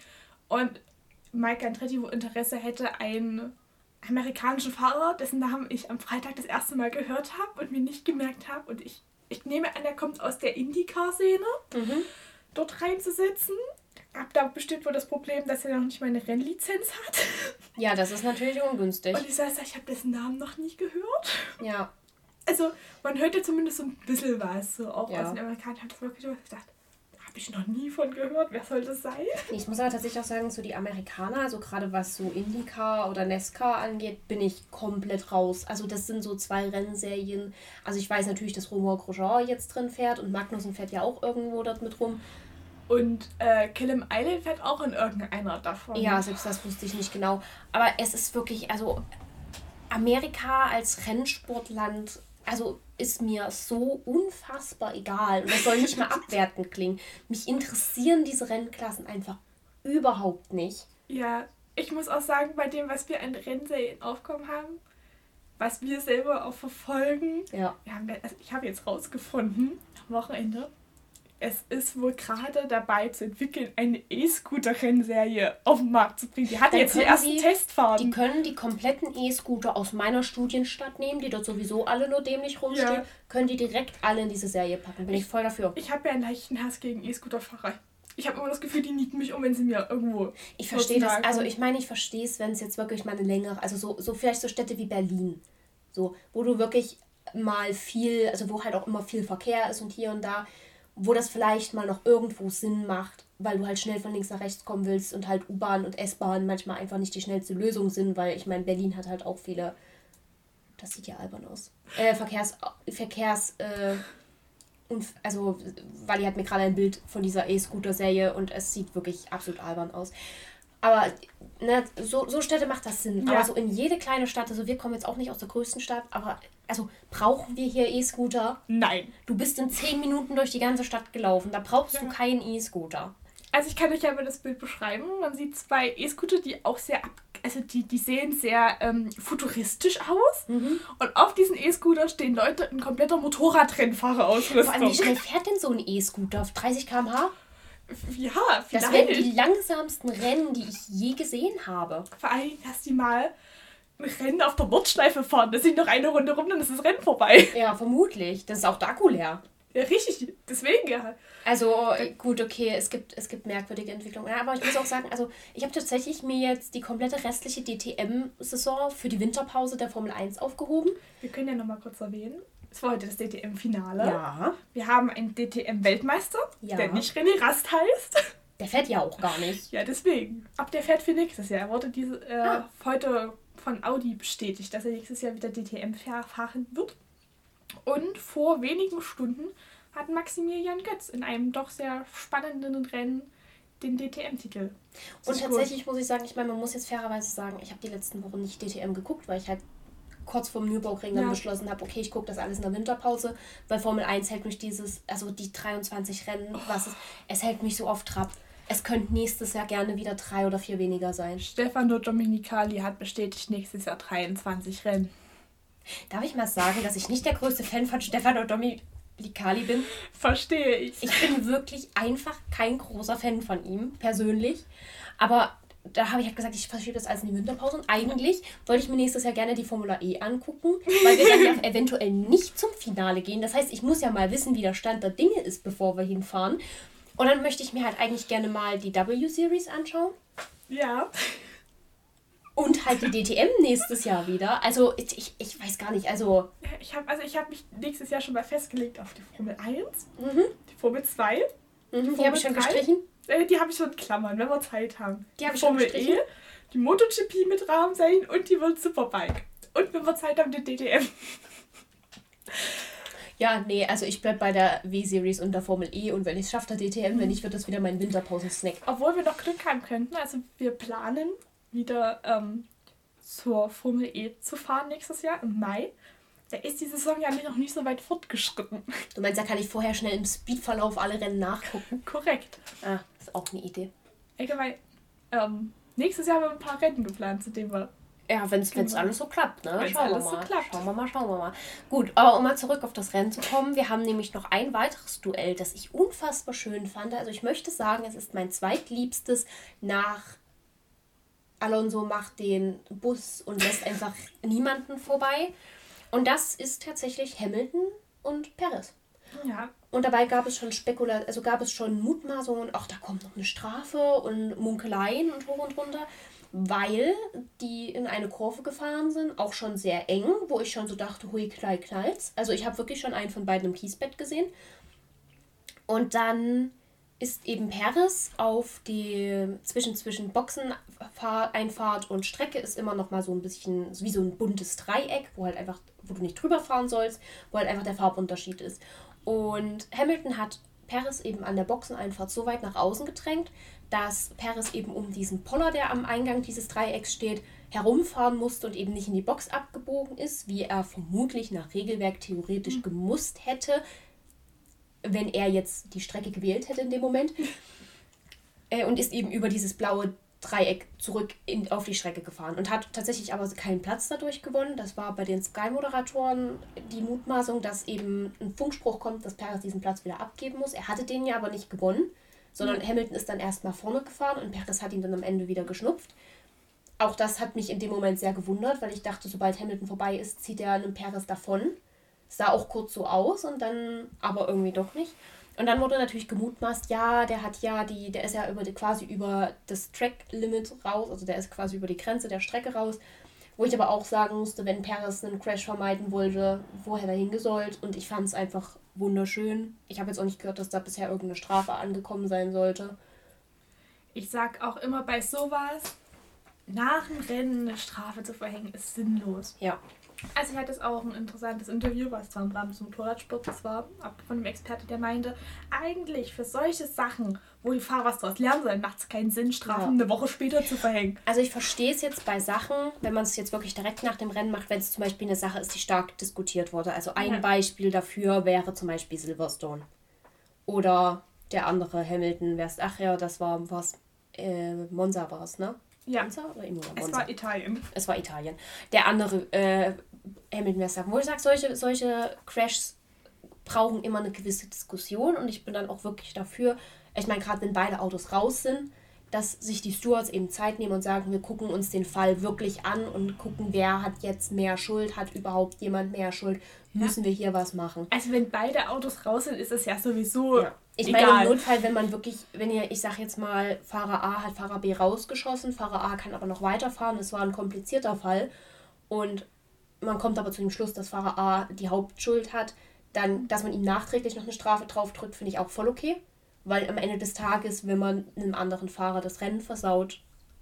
Und Michael Andretti, wo Interesse hätte, einen amerikanischen Fahrer, dessen Namen ich am Freitag das erste Mal gehört habe und mir nicht gemerkt habe. Und ich nehme an, er kommt aus der IndyCar-Szene, dort reinzusetzen. Hab da bestimmt wohl das Problem, dass er noch nicht mal eine Rennlizenz hat. Ja, das ist natürlich ungünstig. Und ich habe dessen Namen noch nie gehört. Ja. Also, man hört ja zumindest so ein bisschen was, so auch Ja. aus den Amerikanern. Hat das wirklich gedacht, habe ich noch nie von gehört, wer soll das sein? Ich muss aber tatsächlich auch sagen, so die Amerikaner, also gerade was so IndyCar oder NASCAR angeht, bin ich komplett raus. Also das sind so 2 Rennserien. Also ich weiß natürlich, dass Romain Grosjean jetzt drin fährt und Magnussen fährt ja auch irgendwo dort mit rum. Und Callum Eilert fährt auch in irgendeiner davon. Ja, selbst das wusste ich nicht genau. Aber es ist wirklich, also Amerika als Rennsportland, also ist mir so unfassbar egal. Und das soll nicht mal abwertend klingen. Mich interessieren diese Rennklassen einfach überhaupt nicht. Ja, ich muss auch sagen, bei dem, was wir an Rennserien aufkommen haben, was wir selber auch verfolgen, ich habe jetzt rausgefunden, am Wochenende, es ist wohl gerade dabei zu entwickeln, eine E-Scooter-Rennserie auf den Markt zu bringen. Die hat jetzt die ersten Testfahrten. Die können die kompletten E-Scooter aus meiner Studienstadt nehmen, die dort sowieso alle nur dämlich rumstehen, können die direkt alle in diese Serie packen. Bin ich voll dafür. Ich habe ja einen leichten Hass gegen E-Scooter-Fahrer. Ich habe immer das Gefühl, die nieten mich um, wenn sie mir irgendwo... Ich verstehe das. Also ich meine, ich verstehe es, wenn es jetzt wirklich mal eine längere... Also so vielleicht so Städte wie Berlin. So, wo du wirklich mal viel... Also wo halt auch immer viel Verkehr ist und hier und da... Wo das vielleicht mal noch irgendwo Sinn macht, weil du halt schnell von links nach rechts kommen willst und halt U-Bahn und S-Bahn manchmal einfach nicht die schnellste Lösung sind, weil ich meine, Berlin hat halt auch viele... Das sieht ja albern aus. Also, Wally hat mir gerade ein Bild von dieser E-Scooter-Serie und es sieht wirklich absolut albern aus. Aber ne, so Städte macht das Sinn. Ja. Aber so in jede kleine Stadt, also wir kommen jetzt auch nicht aus der größten Stadt, aber also brauchen wir hier E-Scooter? Nein. Du bist in 10 Minuten durch die ganze Stadt gelaufen, da brauchst du keinen E-Scooter. Also ich kann euch ja mal das Bild beschreiben. Man sieht 2 E-Scooter, die auch sehr die sehen sehr futuristisch aus. Und auf diesen E-Scooter stehen Leute in kompletter Motorradrennfahrerausrüstung. Vor allem, wie schnell fährt denn so ein E-Scooter? Auf 30 km/h? Ja, vielleicht. Das wären die langsamsten Rennen, die ich je gesehen habe. Vor allem, dass die mal ein Rennen auf der Nordschleife fahren. Da sind noch eine Runde rum, dann ist das Rennen vorbei. Ja, vermutlich. Das ist auch der Akku leer. Ja, richtig. Deswegen ja. Also gut, okay, es gibt merkwürdige Entwicklungen. Ja, aber ich muss auch sagen, also ich habe tatsächlich mir jetzt die komplette restliche DTM-Saison für die Winterpause der Formel 1 aufgehoben. Wir können ja nochmal kurz erwähnen, es war heute das DTM-Finale. Ja. Wir haben einen DTM-Weltmeister, der nicht René Rast heißt. Der fährt ja auch gar nicht. Ja, deswegen. Ab der fährt für nächstes Jahr. Er wurde heute von Audi bestätigt, dass er nächstes Jahr wieder DTM fahren wird. Und vor wenigen Stunden hat Maximilian Götz in einem doch sehr spannenden Rennen den DTM-Titel. Und tatsächlich muss ich sagen, ich meine, man muss jetzt fairerweise sagen, ich habe die letzten Wochen nicht DTM geguckt, weil ich halt kurz vorm Nürburgring dann beschlossen habe, okay, ich gucke das alles in der Winterpause, weil Formel 1 hält mich die 23 Rennen, es hält mich so auf Trab. Es könnte nächstes Jahr gerne wieder 3 oder 4 weniger sein. Stefano Domenicali hat bestätigt, nächstes Jahr 23 Rennen. Darf ich mal sagen, dass ich nicht der größte Fan von Stefano Domenicali bin? Verstehe ich. Ich bin wirklich einfach kein großer Fan von ihm, persönlich. Aber da habe ich halt gesagt, ich verschiebe das alles in die Winterpause. Und eigentlich wollte ich mir nächstes Jahr gerne die Formula E angucken, weil wir dann ja eventuell nicht zum Finale gehen. Das heißt, ich muss ja mal wissen, wie der Stand der Dinge ist, bevor wir hinfahren. Und dann möchte ich mir halt eigentlich gerne mal die W-Series anschauen. Ja. Und halt die DTM nächstes Jahr wieder. Also ich weiß gar nicht, also... Ich hab mich nächstes Jahr schon mal festgelegt auf die Formel 1, die Formel 2, die habe ich schon gestrichen. Die habe ich schon in Klammern, wenn wir Zeit haben. Die habe ich schon Formel E, die MotoGP mit Rahmenserien und die World Superbike. Und wenn wir Zeit haben, die DTM. Ja, nee, also ich bleib bei der W-Series und der Formel E und wenn ich es schaffe, der DTM, wenn nicht, wird das wieder mein Winterpausen-Snack. Obwohl wir noch Glück haben könnten, also wir planen wieder zur Formel E zu fahren nächstes Jahr im Mai. Da ist die Saison ja noch nicht so weit fortgeschritten. Du meinst, da kann ich vorher schnell im Speedverlauf alle Rennen nachgucken? Korrekt. Ah, ist auch eine Idee. Weil nächstes Jahr haben wir ein paar Rennen geplant, zu denen wir Ja, wenn es alles so klappt, ne? Wenn's Schauen wir alles mal. so klappt. Schauen wir mal. Gut, aber um mal zurück auf das Rennen zu kommen, wir haben nämlich noch ein weiteres Duell, das ich unfassbar schön fand. Also ich möchte sagen, es ist mein zweitliebstes nach Alonso macht den Bus und lässt einfach niemanden vorbei. Und das ist tatsächlich Hamilton und Perez. Ja. Und dabei gab es schon Mutmaßungen, ach, da kommt noch eine Strafe und Munkeleien und hoch und runter, weil die in eine Kurve gefahren sind, auch schon sehr eng, wo ich schon so dachte, hui, knallt's. Also ich habe wirklich schon einen von beiden im Kiesbett gesehen. Und dann ist eben Perez auf die zwischen Boxeneinfahrt und Strecke ist immer noch mal so ein bisschen wie so ein buntes Dreieck, wo du nicht drüber fahren sollst, wo halt einfach der Farbunterschied ist. Und Hamilton hat Perez eben an der Boxeneinfahrt so weit nach außen gedrängt, dass Perez eben um diesen Poller, der am Eingang dieses Dreiecks steht, herumfahren musste und eben nicht in die Box abgebogen ist, wie er vermutlich nach Regelwerk theoretisch gemusst hätte, wenn er jetzt die Strecke gewählt hätte in dem Moment. Und ist eben über dieses blaue Dreieck zurück auf die Strecke gefahren und hat tatsächlich aber keinen Platz dadurch gewonnen. Das war bei den Sky-Moderatoren die Mutmaßung, dass eben ein Funkspruch kommt, dass Perez diesen Platz wieder abgeben muss. Er hatte den ja aber nicht gewonnen, sondern Hamilton ist dann erst mal vorne gefahren und Perez hat ihn dann am Ende wieder geschnupft. Auch das hat mich in dem Moment sehr gewundert, weil ich dachte, sobald Hamilton vorbei ist, zieht er einen Perez davon. Es sah auch kurz so aus und dann aber irgendwie doch nicht. Und dann wurde natürlich gemutmaßt, ja, der ist ja quasi über das Track-Limit raus, also der ist quasi über die Grenze der Strecke raus. Wo ich aber auch sagen musste, wenn Perez einen Crash vermeiden wollte, wo hätte er hingesollt? Und ich fand es einfach wunderschön. Ich habe jetzt auch nicht gehört, dass da bisher irgendeine Strafe angekommen sein sollte. Ich sag auch immer bei sowas, nach dem Rennen eine Strafe zu verhängen, ist sinnlos. Ja. Also ich hatte jetzt auch ein interessantes Interview, was zwar im Rahmen des Motorradsports war, von einem Experte, der meinte, eigentlich für solche Sachen, wo die Fahrer was draus lernen sollen, macht es keinen Sinn, Strafen eine Woche später zu verhängen. Also ich verstehe es jetzt bei Sachen, wenn man es jetzt wirklich direkt nach dem Rennen macht, wenn es zum Beispiel eine Sache ist, die stark diskutiert wurde. Also ein Beispiel dafür wäre zum Beispiel Silverstone. Oder der andere Hamilton, das war Monza war es, ne? Ja, Monza oder Imola? es war Italien. Es war Italien. Der andere Hamilton wäre es sagen. Wo ich sage, solche Crashs brauchen immer eine gewisse Diskussion und ich bin dann auch wirklich dafür, ich meine, gerade wenn beide Autos raus sind, dass sich die Stewards eben Zeit nehmen und sagen, wir gucken uns den Fall wirklich an und gucken, wer hat jetzt mehr Schuld, hat überhaupt jemand mehr Schuld, müssen wir hier was machen. Also wenn beide Autos raus sind, ist es ja sowieso Ich meine, im Notfall, ich sage jetzt mal, Fahrer A hat Fahrer B rausgeschossen, Fahrer A kann aber noch weiterfahren, es war ein komplizierter Fall und man kommt aber zu dem Schluss, dass Fahrer A die Hauptschuld hat, dann, dass man ihm nachträglich noch eine Strafe drauf drückt, finde ich auch voll okay. Weil am Ende des Tages, wenn man einem anderen Fahrer das Rennen versaut,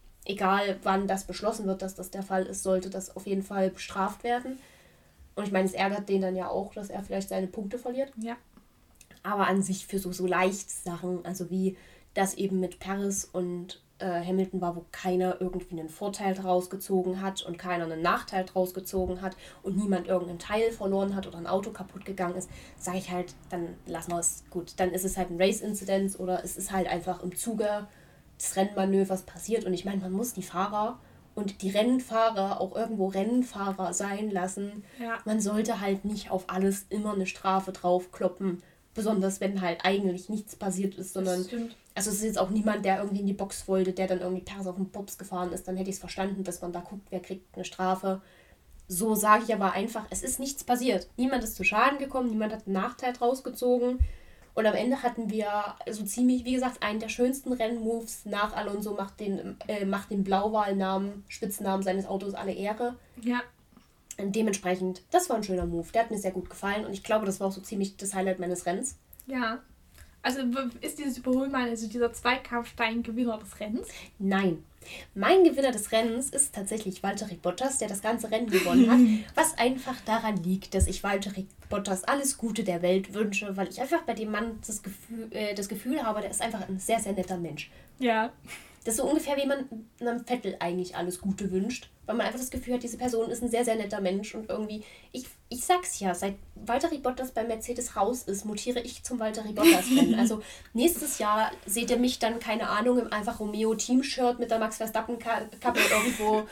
egal wann das beschlossen wird, dass das der Fall ist, sollte das auf jeden Fall bestraft werden. Und ich meine, es ärgert den dann ja auch, dass er vielleicht seine Punkte verliert. Ja. Aber an sich für so leicht Sachen, also wie das eben mit Perez und Hamilton war, wo keiner irgendwie einen Vorteil draus gezogen hat und keiner einen Nachteil draus gezogen hat und niemand irgendeinen Teil verloren hat oder ein Auto kaputt gegangen ist, sage ich halt, dann lassen wir es gut. Dann ist es halt ein Race-Incident oder es ist halt einfach im Zuge des Rennmanövers passiert. Und ich meine, man muss die Fahrer und die Rennfahrer auch irgendwo Rennfahrer sein lassen. Ja. Man sollte halt nicht auf alles immer eine Strafe draufkloppen. Besonders wenn halt eigentlich nichts passiert ist, sondern also es ist jetzt auch niemand, der irgendwie in die Box wollte, der dann irgendwie Perez auf den Bobs gefahren ist, dann hätte ich es verstanden, dass man da guckt, wer kriegt eine Strafe. So sage ich aber einfach, es ist nichts passiert. Niemand ist zu Schaden gekommen, niemand hat einen Nachteil draus gezogen und am Ende hatten wir so ziemlich, wie gesagt, einen der schönsten Rennmoves nach Alonso macht den Blauwal-Namen, Spitznamen seines Autos alle Ehre. Ja. Und dementsprechend, das war ein schöner Move. Der hat mir sehr gut gefallen und ich glaube, das war auch so ziemlich das Highlight meines Rennens. Ja. Also ist dieses Überholmann, also dieser Zweikampf dein Gewinner des Rennens? Nein. Mein Gewinner des Rennens ist tatsächlich Valtteri Bottas, der das ganze Rennen gewonnen hat. Was einfach daran liegt, dass ich Valtteri Bottas alles Gute der Welt wünsche, weil ich einfach bei dem Mann das Gefühl habe, der ist einfach ein sehr, sehr netter Mensch. Ja. Das ist so ungefähr, wie man einem Vettel eigentlich alles Gute wünscht. Weil man einfach das Gefühl hat, diese Person ist ein sehr, sehr netter Mensch. Und irgendwie, ich sag's ja, seit Valtteri Bottas bei Mercedes raus ist, mutiere ich zum Valtteri Bottas-Fan. Also nächstes Jahr seht ihr mich dann, keine Ahnung, im Alfa Romeo Team-Shirt mit der Max Verstappen-Kappe irgendwo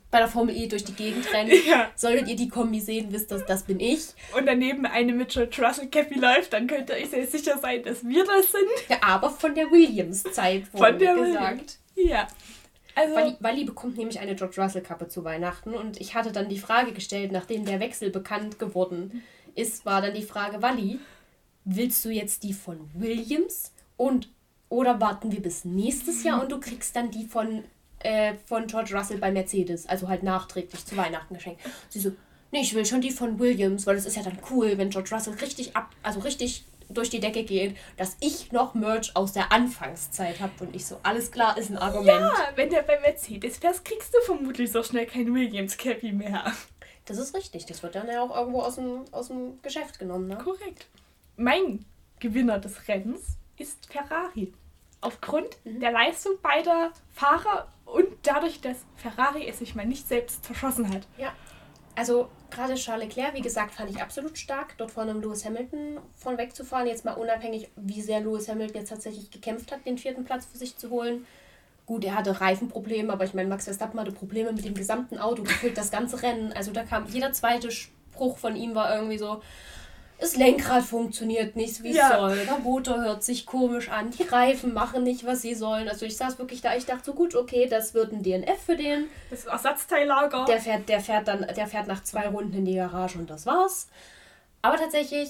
bei der Formel E durch die Gegend rennen. Ja. Solltet ihr die Kombi sehen, wisst ihr, das bin ich. Und daneben eine mit George Russell Cappy läuft, dann könnt ihr euch sehr sicher sein, dass wir das sind. Ja, aber von der Williams-Zeit wurde gesagt. Ja. Also, Wally bekommt nämlich eine George Russell Kappe zu Weihnachten und ich hatte dann die Frage gestellt, nachdem der Wechsel bekannt geworden ist, war dann die Frage, Wally, willst du jetzt die von Williams oder warten wir bis nächstes Jahr und du kriegst dann die von George Russell bei Mercedes, also halt nachträglich zu Weihnachten geschenkt. Sie so, nee, ich will schon die von Williams, weil es ist ja dann cool, wenn George Russell richtig durch die Decke geht, dass ich noch Merch aus der Anfangszeit habe und ich so, alles klar, ist ein Argument. Ja, wenn der bei Mercedes fährst, kriegst du vermutlich so schnell kein Williams Cappy mehr. Das ist richtig, das wird dann ja auch irgendwo aus dem Geschäft genommen, ne? Korrekt. Mein Gewinner des Rennens ist Ferrari. Aufgrund der Leistung beider Fahrer und dadurch, dass Ferrari es sich mal nicht selbst verschossen hat. Ja, also gerade Charles Leclerc, wie gesagt, fand ich absolut stark, dort vor einem Lewis Hamilton von wegzufahren. Jetzt mal unabhängig, wie sehr Lewis Hamilton jetzt tatsächlich gekämpft hat, den 4. Platz für sich zu holen. Gut, er hatte Reifenprobleme, aber ich meine, Max Verstappen hatte Probleme mit dem gesamten Auto, gefühlt das ganze Rennen. Also da kam jeder zweite Spruch von ihm war irgendwie so, das Lenkrad funktioniert nicht, wie es soll. Der Motor hört sich komisch an. Die Reifen machen nicht, was sie sollen. Also ich saß wirklich da, ich dachte so, gut, okay, das wird ein DNF für den. Das Ersatzteillager. Der fährt nach 2 Runden in die Garage und das war's. Aber tatsächlich,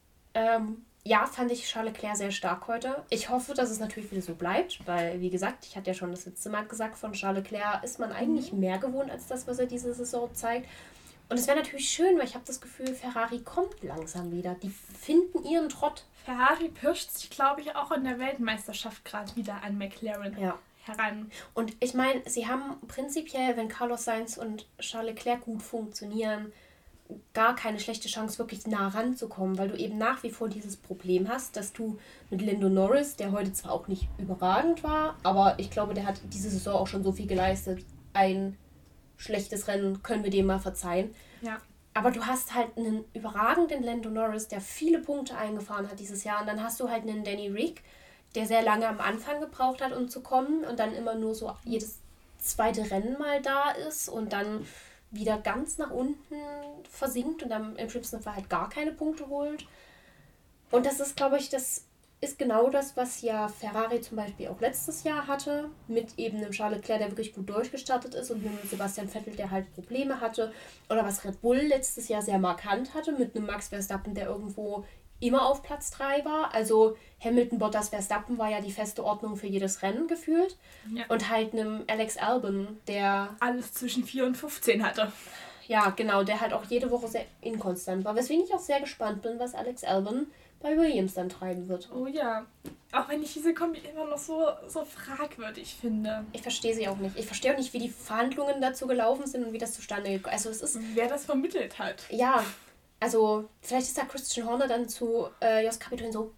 fand ich Charles Leclerc sehr stark heute. Ich hoffe, dass es natürlich wieder so bleibt, weil, wie gesagt, ich hatte ja schon das letzte Mal gesagt, von Charles Leclerc ist man eigentlich mehr gewohnt als das, was er diese Saison zeigt. Und es wäre natürlich schön, weil ich habe das Gefühl, Ferrari kommt langsam wieder. Die finden ihren Trott. Ferrari pirscht sich, glaube ich, auch in der Weltmeisterschaft gerade wieder an McLaren heran. Und ich meine, sie haben prinzipiell, wenn Carlos Sainz und Charles Leclerc gut funktionieren, gar keine schlechte Chance, wirklich nah ranzukommen, weil du eben nach wie vor dieses Problem hast, dass du mit Lando Norris, der heute zwar auch nicht überragend war, aber ich glaube, der hat diese Saison auch schon so viel geleistet, ein schlechtes Rennen können wir dem mal verzeihen. Ja. Aber du hast halt einen überragenden Lando Norris, der viele Punkte eingefahren hat dieses Jahr. Und dann hast du halt einen Danny Rick, der sehr lange am Anfang gebraucht hat, um zu kommen. Und dann immer nur so jedes zweite Rennen mal da ist. Und dann wieder ganz nach unten versinkt. Und dann im schlimmsten Fall halt gar keine Punkte holt. Und das ist, glaube ich, das ist genau das, was ja Ferrari zum Beispiel auch letztes Jahr hatte, mit eben einem Charles Leclerc, der wirklich gut durchgestartet ist und mit einem Sebastian Vettel, der halt Probleme hatte. Oder was Red Bull letztes Jahr sehr markant hatte, mit einem Max Verstappen, der irgendwo immer auf Platz 3 war. Also Hamilton, Bottas, Verstappen war ja die feste Ordnung für jedes Rennen gefühlt. Ja. Und halt einem Alex Albon, der alles zwischen 4 und 15 hatte. Ja, genau, der halt auch jede Woche sehr inkonstant war. Weswegen ich auch sehr gespannt bin, was Alex Albon bei Williams dann treiben wird. Oh ja. Auch wenn ich diese Kombi immer noch so fragwürdig finde. Ich verstehe sie auch nicht. Ich verstehe auch nicht, wie die Verhandlungen dazu gelaufen sind und wie das zustande gekommen ist. Also es ist. Wer das vermittelt hat. Ja. Also, vielleicht ist da Christian Horner dann zu Jos Capito so,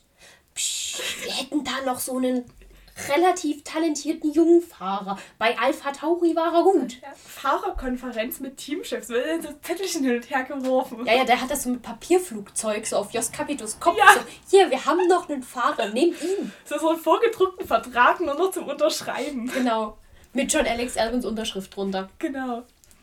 wir hätten da noch so einen relativ talentierten Jungfahrer. Bei Alpha Tauri war er gut. Ja, Fahrerkonferenz mit Teamchefs, wird in so Zettelchen hin und her geworfen. Ja, der hat das so mit Papierflugzeug so auf Jos Capitos Kopf. Ja. So, hier, wir haben noch einen Fahrer, nehmt ihn. So einen vorgedruckten Vertrag nur noch zum Unterschreiben. Genau. Mit John Alex Albons Unterschrift drunter. Genau.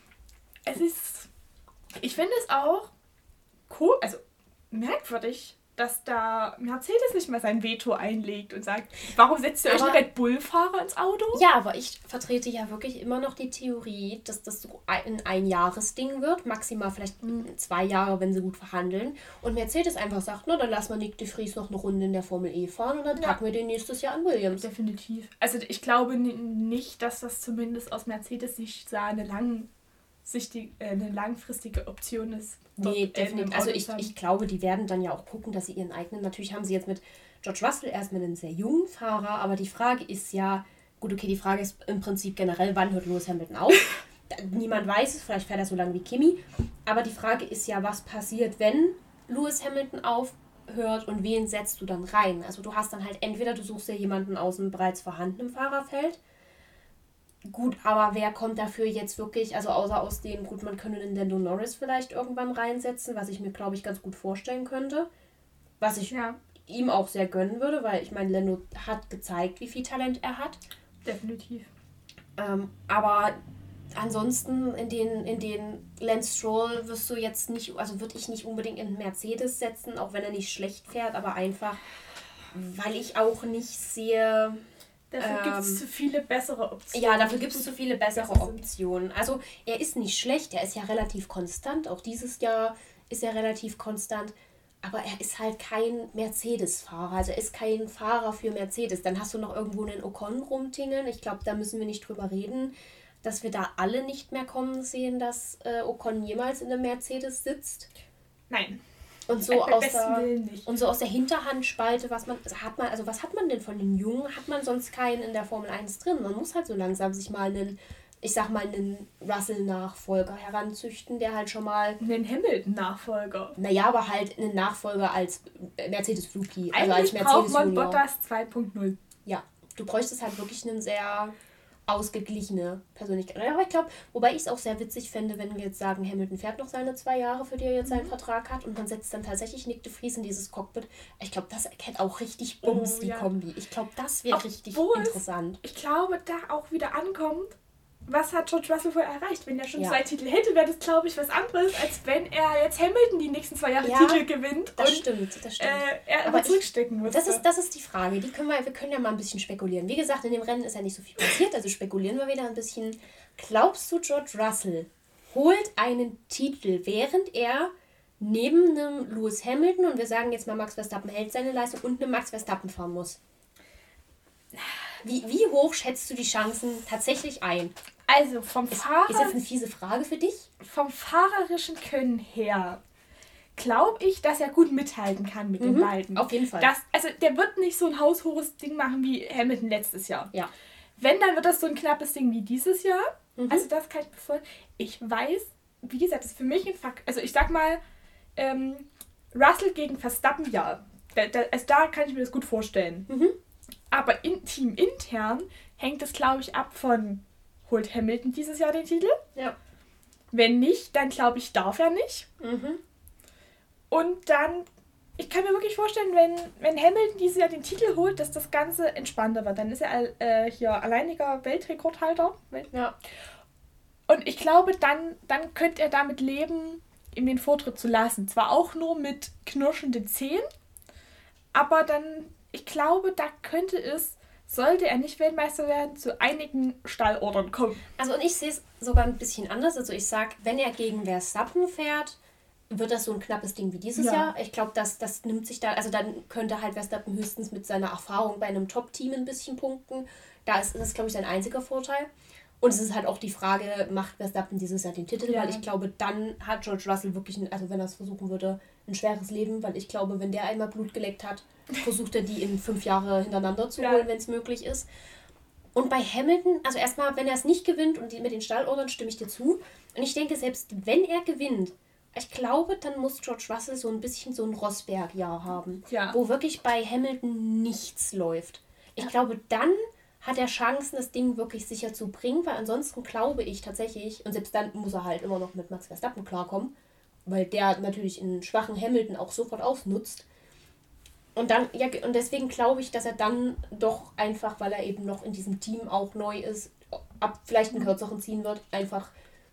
Ich finde es auch cool, also merkwürdig, dass da Mercedes nicht mal sein Veto einlegt und sagt, warum setzt ihr euch einen Red Bull-Fahrer ins Auto? Ja, aber ich vertrete ja wirklich immer noch die Theorie, dass das so ein Einjahresding wird, maximal vielleicht 2 Jahre, wenn sie gut verhandeln. Und Mercedes einfach sagt, na, dann lassen wir Nick de Vries noch eine Runde in der Formel E fahren und dann packen wir den nächstes Jahr an Williams. Definitiv. Also ich glaube nicht, dass das zumindest aus Mercedes-Sicht eine langfristige Option ist. Nee, definitiv. Also ich glaube, die werden dann ja auch gucken, dass sie ihren eigenen... Natürlich haben sie jetzt mit George Russell erstmal einen sehr jungen Fahrer, aber die Frage ist ja... Gut, okay, die Frage ist im Prinzip generell, wann hört Lewis Hamilton auf? Niemand weiß es, vielleicht fährt er so lange wie Kimi. Aber die Frage ist ja, was passiert, wenn Lewis Hamilton aufhört und wen setzt du dann rein? Also du hast dann halt entweder, du suchst dir jemanden aus einem bereits vorhandenen Fahrerfeld. Gut, aber wer kommt dafür jetzt wirklich, also außer aus dem, gut, man könnte den Lando Norris vielleicht irgendwann reinsetzen, was ich mir, glaube ich, ganz gut vorstellen könnte. Was ich ihm auch sehr gönnen würde, weil ich meine, Lando hat gezeigt, wie viel Talent er hat. Definitiv. Aber ansonsten in den Lance Stroll wirst du jetzt nicht, also würde ich nicht unbedingt in Mercedes setzen, auch wenn er nicht schlecht fährt, aber einfach, weil ich auch nicht sehe... Dafür gibt es zu viele bessere Optionen. Ja, dafür gibt es zu viele bessere Optionen. Also er ist nicht schlecht, er ist ja relativ konstant. Auch dieses Jahr ist er relativ konstant. Aber er ist halt kein Mercedes-Fahrer. Also er ist kein Fahrer für Mercedes. Dann hast du noch irgendwo einen Ocon rumtingeln. Ich glaube, da müssen wir nicht drüber reden, dass wir da alle nicht mehr kommen sehen, dass Ocon jemals in einem Mercedes sitzt. Nein. Und so aus der Hinterhandspalte, was hat man denn von den Jungen? Hat man sonst keinen in der Formel 1 drin? Man muss halt so langsam sich mal einen Russell-Nachfolger heranzüchten, der halt schon mal... Einen Hamilton-Nachfolger. Naja, aber halt einen Nachfolger als Mercedes-Rookie. Also als Mercedes-Junior. Braucht man Bottas 2.0. Ja, du bräuchtest halt wirklich einen sehr ausgeglichene Persönlichkeit. Aber ich glaube, wobei ich es auch sehr witzig fände, wenn wir jetzt sagen, Hamilton fährt noch seine 2 Jahre, für die er jetzt seinen Vertrag hat, und man setzt dann tatsächlich Nick de Vries in dieses Cockpit. Ich glaube, das hätte auch richtig Bums, die Kombi. Ich glaube, das wäre richtig interessant. Ich glaube, da auch wieder ankommt, was hat George Russell vorher erreicht? Wenn er schon 2 Titel hätte, wäre das, glaube ich, was anderes, als wenn er jetzt Hamilton die nächsten 2 Jahre Titel gewinnt. Das stimmt. Er aber zurückstecken muss. Das ist die Frage. Wir können ja mal ein bisschen spekulieren. Wie gesagt, in dem Rennen ist ja nicht so viel passiert, also spekulieren wir wieder ein bisschen. Glaubst du, George Russell holt einen Titel, während er neben einem Lewis Hamilton, und wir sagen jetzt mal, Max Verstappen hält seine Leistung, und einem Max Verstappen fahren muss? Wie hoch schätzt du die Chancen tatsächlich ein? Also vom Fahrer... Ist jetzt eine fiese Frage für dich? Vom fahrerischen Können her glaube ich, dass er gut mithalten kann mit den beiden. Auf jeden Fall. Also der wird nicht so ein haushohes Ding machen wie Hamilton letztes Jahr. Ja. Wenn, dann wird das so ein knappes Ding wie dieses Jahr. Also das kann ich mir vorstellen. Ich weiß, wie gesagt, das ist für mich ein Fakt. Also ich sag mal, Russell gegen Verstappen, ja. Da kann ich mir das gut vorstellen. Aber Team intern hängt es, glaube ich, ab von, holt Hamilton dieses Jahr den Titel? Ja. Wenn nicht, dann glaube ich, darf er nicht. Und dann, ich kann mir wirklich vorstellen, wenn Hamilton dieses Jahr den Titel holt, dass das Ganze entspannter wird. Dann ist er hier alleiniger Weltrekordhalter. Ja. Und ich glaube, dann könnte er damit leben, ihm den Vortritt zu lassen. Zwar auch nur mit knirschenden Zähnen, aber dann... Ich glaube, da könnte es, sollte er nicht Weltmeister werden, zu einigen Stallordern kommen. Also und ich sehe es sogar ein bisschen anders. Also ich sage, wenn er gegen Verstappen fährt, wird das so ein knappes Ding wie dieses Jahr. Ich glaube, das nimmt sich da, also dann könnte halt Verstappen höchstens mit seiner Erfahrung bei einem Top-Team ein bisschen punkten. Da ist das, glaube ich, sein einziger Vorteil. Und es ist halt auch die Frage, macht Verstappen dieses Jahr den Titel? Weil ich glaube, dann hat George Russell wirklich, also wenn er es versuchen würde, ein schweres Leben, weil ich glaube, wenn der einmal Blut geleckt hat, versucht er die in 5 Jahre hintereinander zu holen, wenn es möglich ist. Und bei Hamilton, also erstmal, wenn er es nicht gewinnt und mit den Stallordern stimme ich dir zu. Und ich denke, selbst wenn er gewinnt, ich glaube, dann muss George Russell so ein bisschen so ein Rosberg-Jahr haben, wo wirklich bei Hamilton nichts läuft. Ich glaube, dann hat er Chancen, das Ding wirklich sicher zu bringen, weil ansonsten glaube ich tatsächlich, und selbst dann muss er halt immer noch mit Max Verstappen klarkommen, weil der natürlich einen schwachen Hamilton auch sofort ausnutzt. Und dann, und deswegen glaube ich, dass er dann doch einfach, weil er eben noch in diesem Team auch neu ist, vielleicht einen kürzeren ziehen wird, einfach,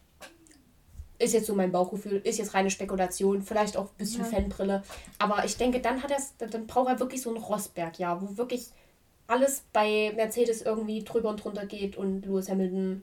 ist jetzt so mein Bauchgefühl, ist jetzt reine Spekulation, vielleicht auch ein bisschen Fanbrille, aber ich denke, dann braucht er wirklich so ein Rosberg-Jahr, wo wirklich alles bei Mercedes irgendwie drüber und drunter geht und Lewis Hamilton,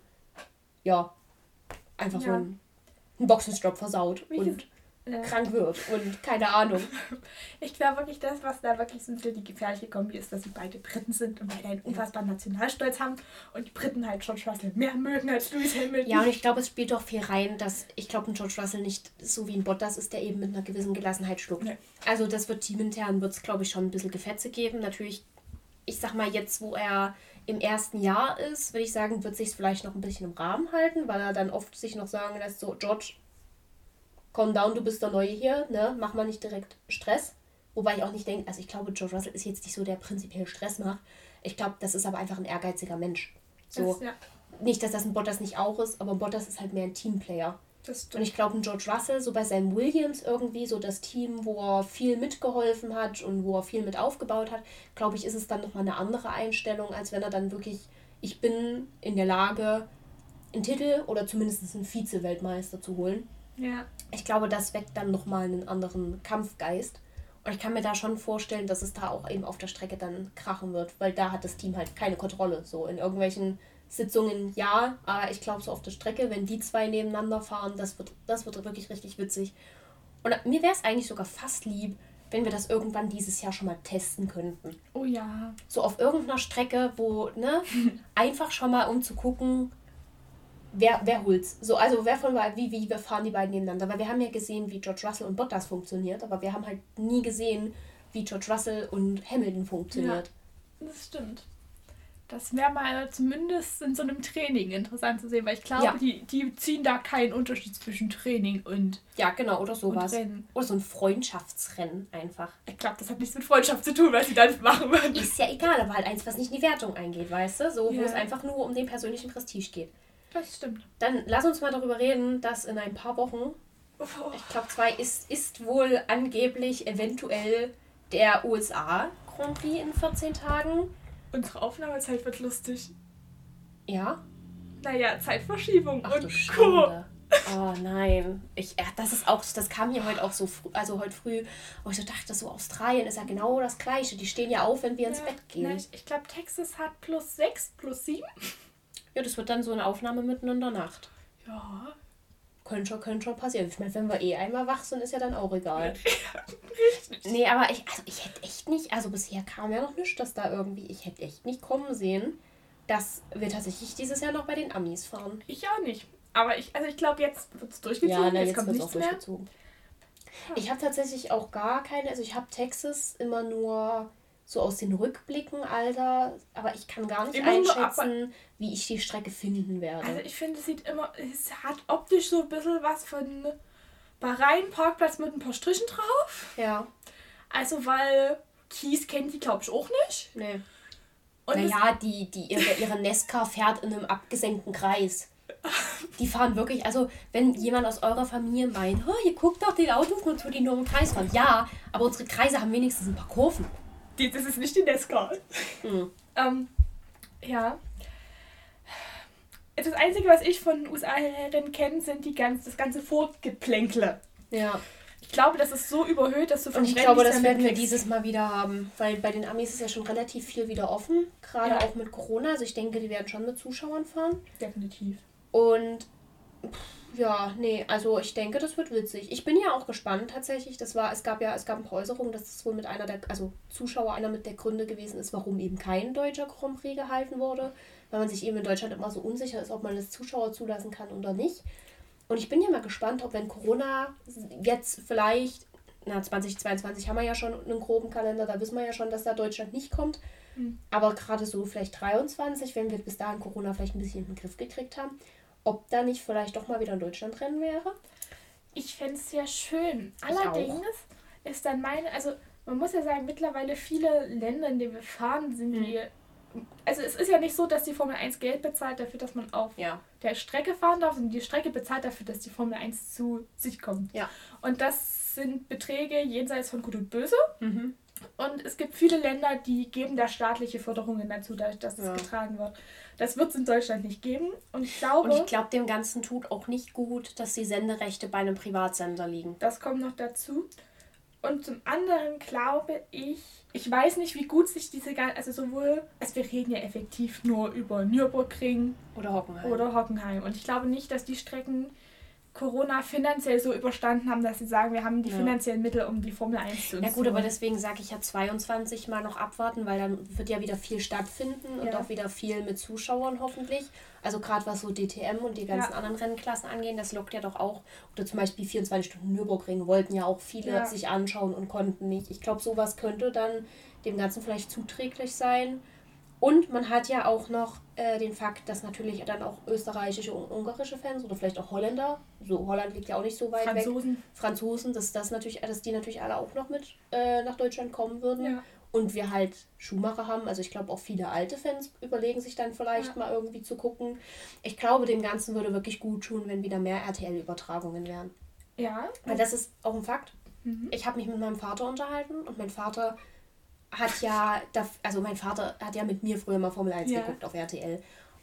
einfach so einen Boxenstopp versaut und krank wird und keine Ahnung. Ich glaube wirklich, das, was da wirklich so die gefährliche Kombi ist, dass sie beide Briten sind und beide einen unfassbaren Nationalstolz haben und die Briten halt George Russell mehr mögen als Lewis Hamilton. Ja, und ich glaube, es spielt doch viel rein, dass ich glaube, ein George Russell nicht so wie ein Bottas ist, der eben mit einer gewissen Gelassenheit schluckt. Nee. Also das wird teamintern, wird es glaube ich schon ein bisschen Gefetze geben. Natürlich, ich sag mal jetzt, wo er im ersten Jahr ist, würde ich sagen, wird sich es vielleicht noch ein bisschen im Rahmen halten, weil er dann oft sich noch sagen lässt, so, George, calm down, du bist der Neue hier, ne? Mach mal nicht direkt Stress. Wobei ich auch nicht denke, also ich glaube, George Russell ist jetzt nicht so, der prinzipiell Stress macht. Ich glaube, das ist aber einfach ein ehrgeiziger Mensch. So, nicht, dass das ein Bottas nicht auch ist, aber Bottas ist halt mehr ein Teamplayer. Und ich glaube, ein George Russell, so bei seinem Williams irgendwie, so das Team, wo er viel mitgeholfen hat und wo er viel mit aufgebaut hat, glaube ich, ist es dann nochmal eine andere Einstellung, als wenn er dann wirklich, ich bin in der Lage, einen Titel oder zumindest einen Vize-Weltmeister zu holen. Ja. Ich glaube, das weckt dann nochmal einen anderen Kampfgeist. Und ich kann mir da schon vorstellen, dass es da auch eben auf der Strecke dann krachen wird, weil da hat das Team halt keine Kontrolle. So in irgendwelchen Sitzungen ja, aber ich glaube so auf der Strecke, wenn die zwei nebeneinander fahren, das wird wirklich richtig witzig. Und mir wäre es eigentlich sogar fast lieb, wenn wir das irgendwann dieses Jahr schon mal testen könnten. Oh ja. So auf irgendeiner Strecke, wo, ne, einfach schon mal um zu gucken, wer holt's. So, also wie fahren die beiden nebeneinander. Weil wir haben ja gesehen, wie George Russell und Bottas funktioniert, aber wir haben halt nie gesehen, wie George Russell und Hamilton funktioniert. Ja, das stimmt. Das wäre mal zumindest in so einem Training interessant zu sehen, weil ich glaube, die ziehen da keinen Unterschied zwischen Training und ja, genau, oder sowas. Rennen. Oder so ein Freundschaftsrennen einfach. Ich glaube, das hat nichts mit Freundschaft zu tun, was sie dann machen würden. Ist ja egal, aber halt eins, was nicht in die Wertung eingeht, weißt du? So, wo es einfach nur um den persönlichen Prestige geht. Das stimmt. Dann lass uns mal darüber reden, dass in ein paar Wochen, ich glaube 2, ist wohl angeblich eventuell der USA Grand Prix in 14 Tagen. Unsere Aufnahmezeit wird lustig. Ja? Naja, Zeitverschiebung Ach, und Co. Oh nein. Das kam hier heute auch so früh, also heute früh, wo ich so dachte, so Australien ist ja genau das Gleiche. Die stehen ja auf, wenn wir ins Bett gehen. Nein, ich glaube, Texas hat +6, +7. Ja, das wird dann so eine Aufnahme mitten in der Nacht. Ja. Könnte schon passieren. Ich meine, wenn wir einmal wach sind, ist ja dann auch egal. Ja, richtig. Nee, aber ich hätte echt nicht, also bisher kam ja noch nichts, dass da irgendwie, ich hätte echt nicht kommen sehen, dass wir tatsächlich dieses Jahr noch bei den Amis fahren. Ich auch nicht. Aber ich glaube, jetzt wird es durchgezogen. Ja, jetzt kommt wird's nichts auch mehr. durchgezogen. Ja. Ich habe tatsächlich auch gar keine, also ich habe Texas immer nur so aus den Rückblicken, Alter, aber ich kann gar nicht Immer einschätzen, wie ich die Strecke finden werde. Also ich finde, es hat optisch so ein bisschen was von Bahrain, Parkplatz mit ein paar Strichen drauf. Ja. Also, weil Kies kennt die, glaube ich, auch nicht. Nee. Und naja, ihre Nesca fährt in einem abgesenkten Kreis. Die fahren wirklich, also wenn jemand aus eurer Familie meint, oh, ihr guckt doch den Autos nur zu, die nur im Kreis fahren. Ja, aber unsere Kreise haben wenigstens ein paar Kurven. Das ist nicht die Nesca. Ja. Das Einzige, was ich von USA-Rennen kenne, sind das ganze Vorgeplänkle. Ja. Ich glaube, das ist so überhöht, dass du von Und ich glaube, das werden wir dieses Mal wieder haben. Weil bei den Amis ist ja schon relativ viel wieder offen. Gerade auch mit Corona. Also ich denke, die werden schon mit Zuschauern fahren. Definitiv. Und ja, nee, also ich denke, das wird witzig. Ich bin ja auch gespannt tatsächlich. Es gab ein paar Äußerungen, dass es wohl mit einer der Gründe gewesen ist, warum eben kein deutscher Grand Prix gehalten wurde. Weil man sich eben in Deutschland immer so unsicher ist, ob man das Zuschauer zulassen kann oder nicht. Und ich bin ja mal gespannt, ob wenn Corona jetzt vielleicht, 2022 haben wir ja schon einen groben Kalender, da wissen wir ja schon, dass da Deutschland nicht kommt. Aber gerade so vielleicht 23, wenn wir bis dahin Corona vielleicht ein bisschen in den Griff gekriegt haben, ob da nicht vielleicht doch mal wieder ein Deutschlandrennen wäre? Ich fände es sehr schön. Allerdings ist dann also man muss ja sagen, mittlerweile viele Länder, in denen wir fahren, sind die. Also es ist ja nicht so, dass die Formel 1 Geld bezahlt dafür, dass man auf der Strecke fahren darf, sondern die Strecke bezahlt dafür, dass die Formel 1 zu sich kommt. Ja. Und das sind Beträge jenseits von Gut und Böse. Mhm. Und es gibt viele Länder, die geben da staatliche Förderungen dazu, dass das getragen wird. Das wird es in Deutschland nicht geben. Und ich glaube, dem Ganzen tut auch nicht gut, dass die Senderechte bei einem Privatsender liegen. Das kommt noch dazu. Und zum anderen glaube ich weiß nicht, wie gut sich wir reden ja effektiv nur über Nürburgring oder Hockenheim. Und ich glaube nicht, dass die Strecken Corona finanziell so überstanden haben, dass sie sagen, wir haben die finanziellen Mittel, um die Formel 1 zu uns. Ja gut, aber deswegen sage ich ja 22 mal noch abwarten, weil dann wird ja wieder viel stattfinden und auch wieder viel mit Zuschauern hoffentlich. Also gerade was so DTM und die ganzen anderen Rennklassen angehen, das lockt ja doch auch. Oder zum Beispiel 24 Stunden Nürburgring wollten ja auch viele sich anschauen und konnten nicht. Ich glaube, sowas könnte dann dem Ganzen vielleicht zuträglich sein. Und man hat ja auch noch den Fakt, dass natürlich dann auch österreichische und ungarische Fans oder vielleicht auch Holländer, so Holland liegt ja auch nicht so weit weg, Franzosen, dass die natürlich alle auch noch mit nach Deutschland kommen würden. Ja. Und wir halt Schumacher haben, also ich glaube auch viele alte Fans überlegen sich dann vielleicht mal irgendwie zu gucken. Ich glaube, dem Ganzen würde wirklich gut tun, wenn wieder mehr RTL-Übertragungen wären. Ja. Weil das ist auch ein Fakt. Mhm. Ich habe mich mit meinem Vater unterhalten und mein Vater hat ja mit mir früher mal Formel 1 geguckt auf RTL.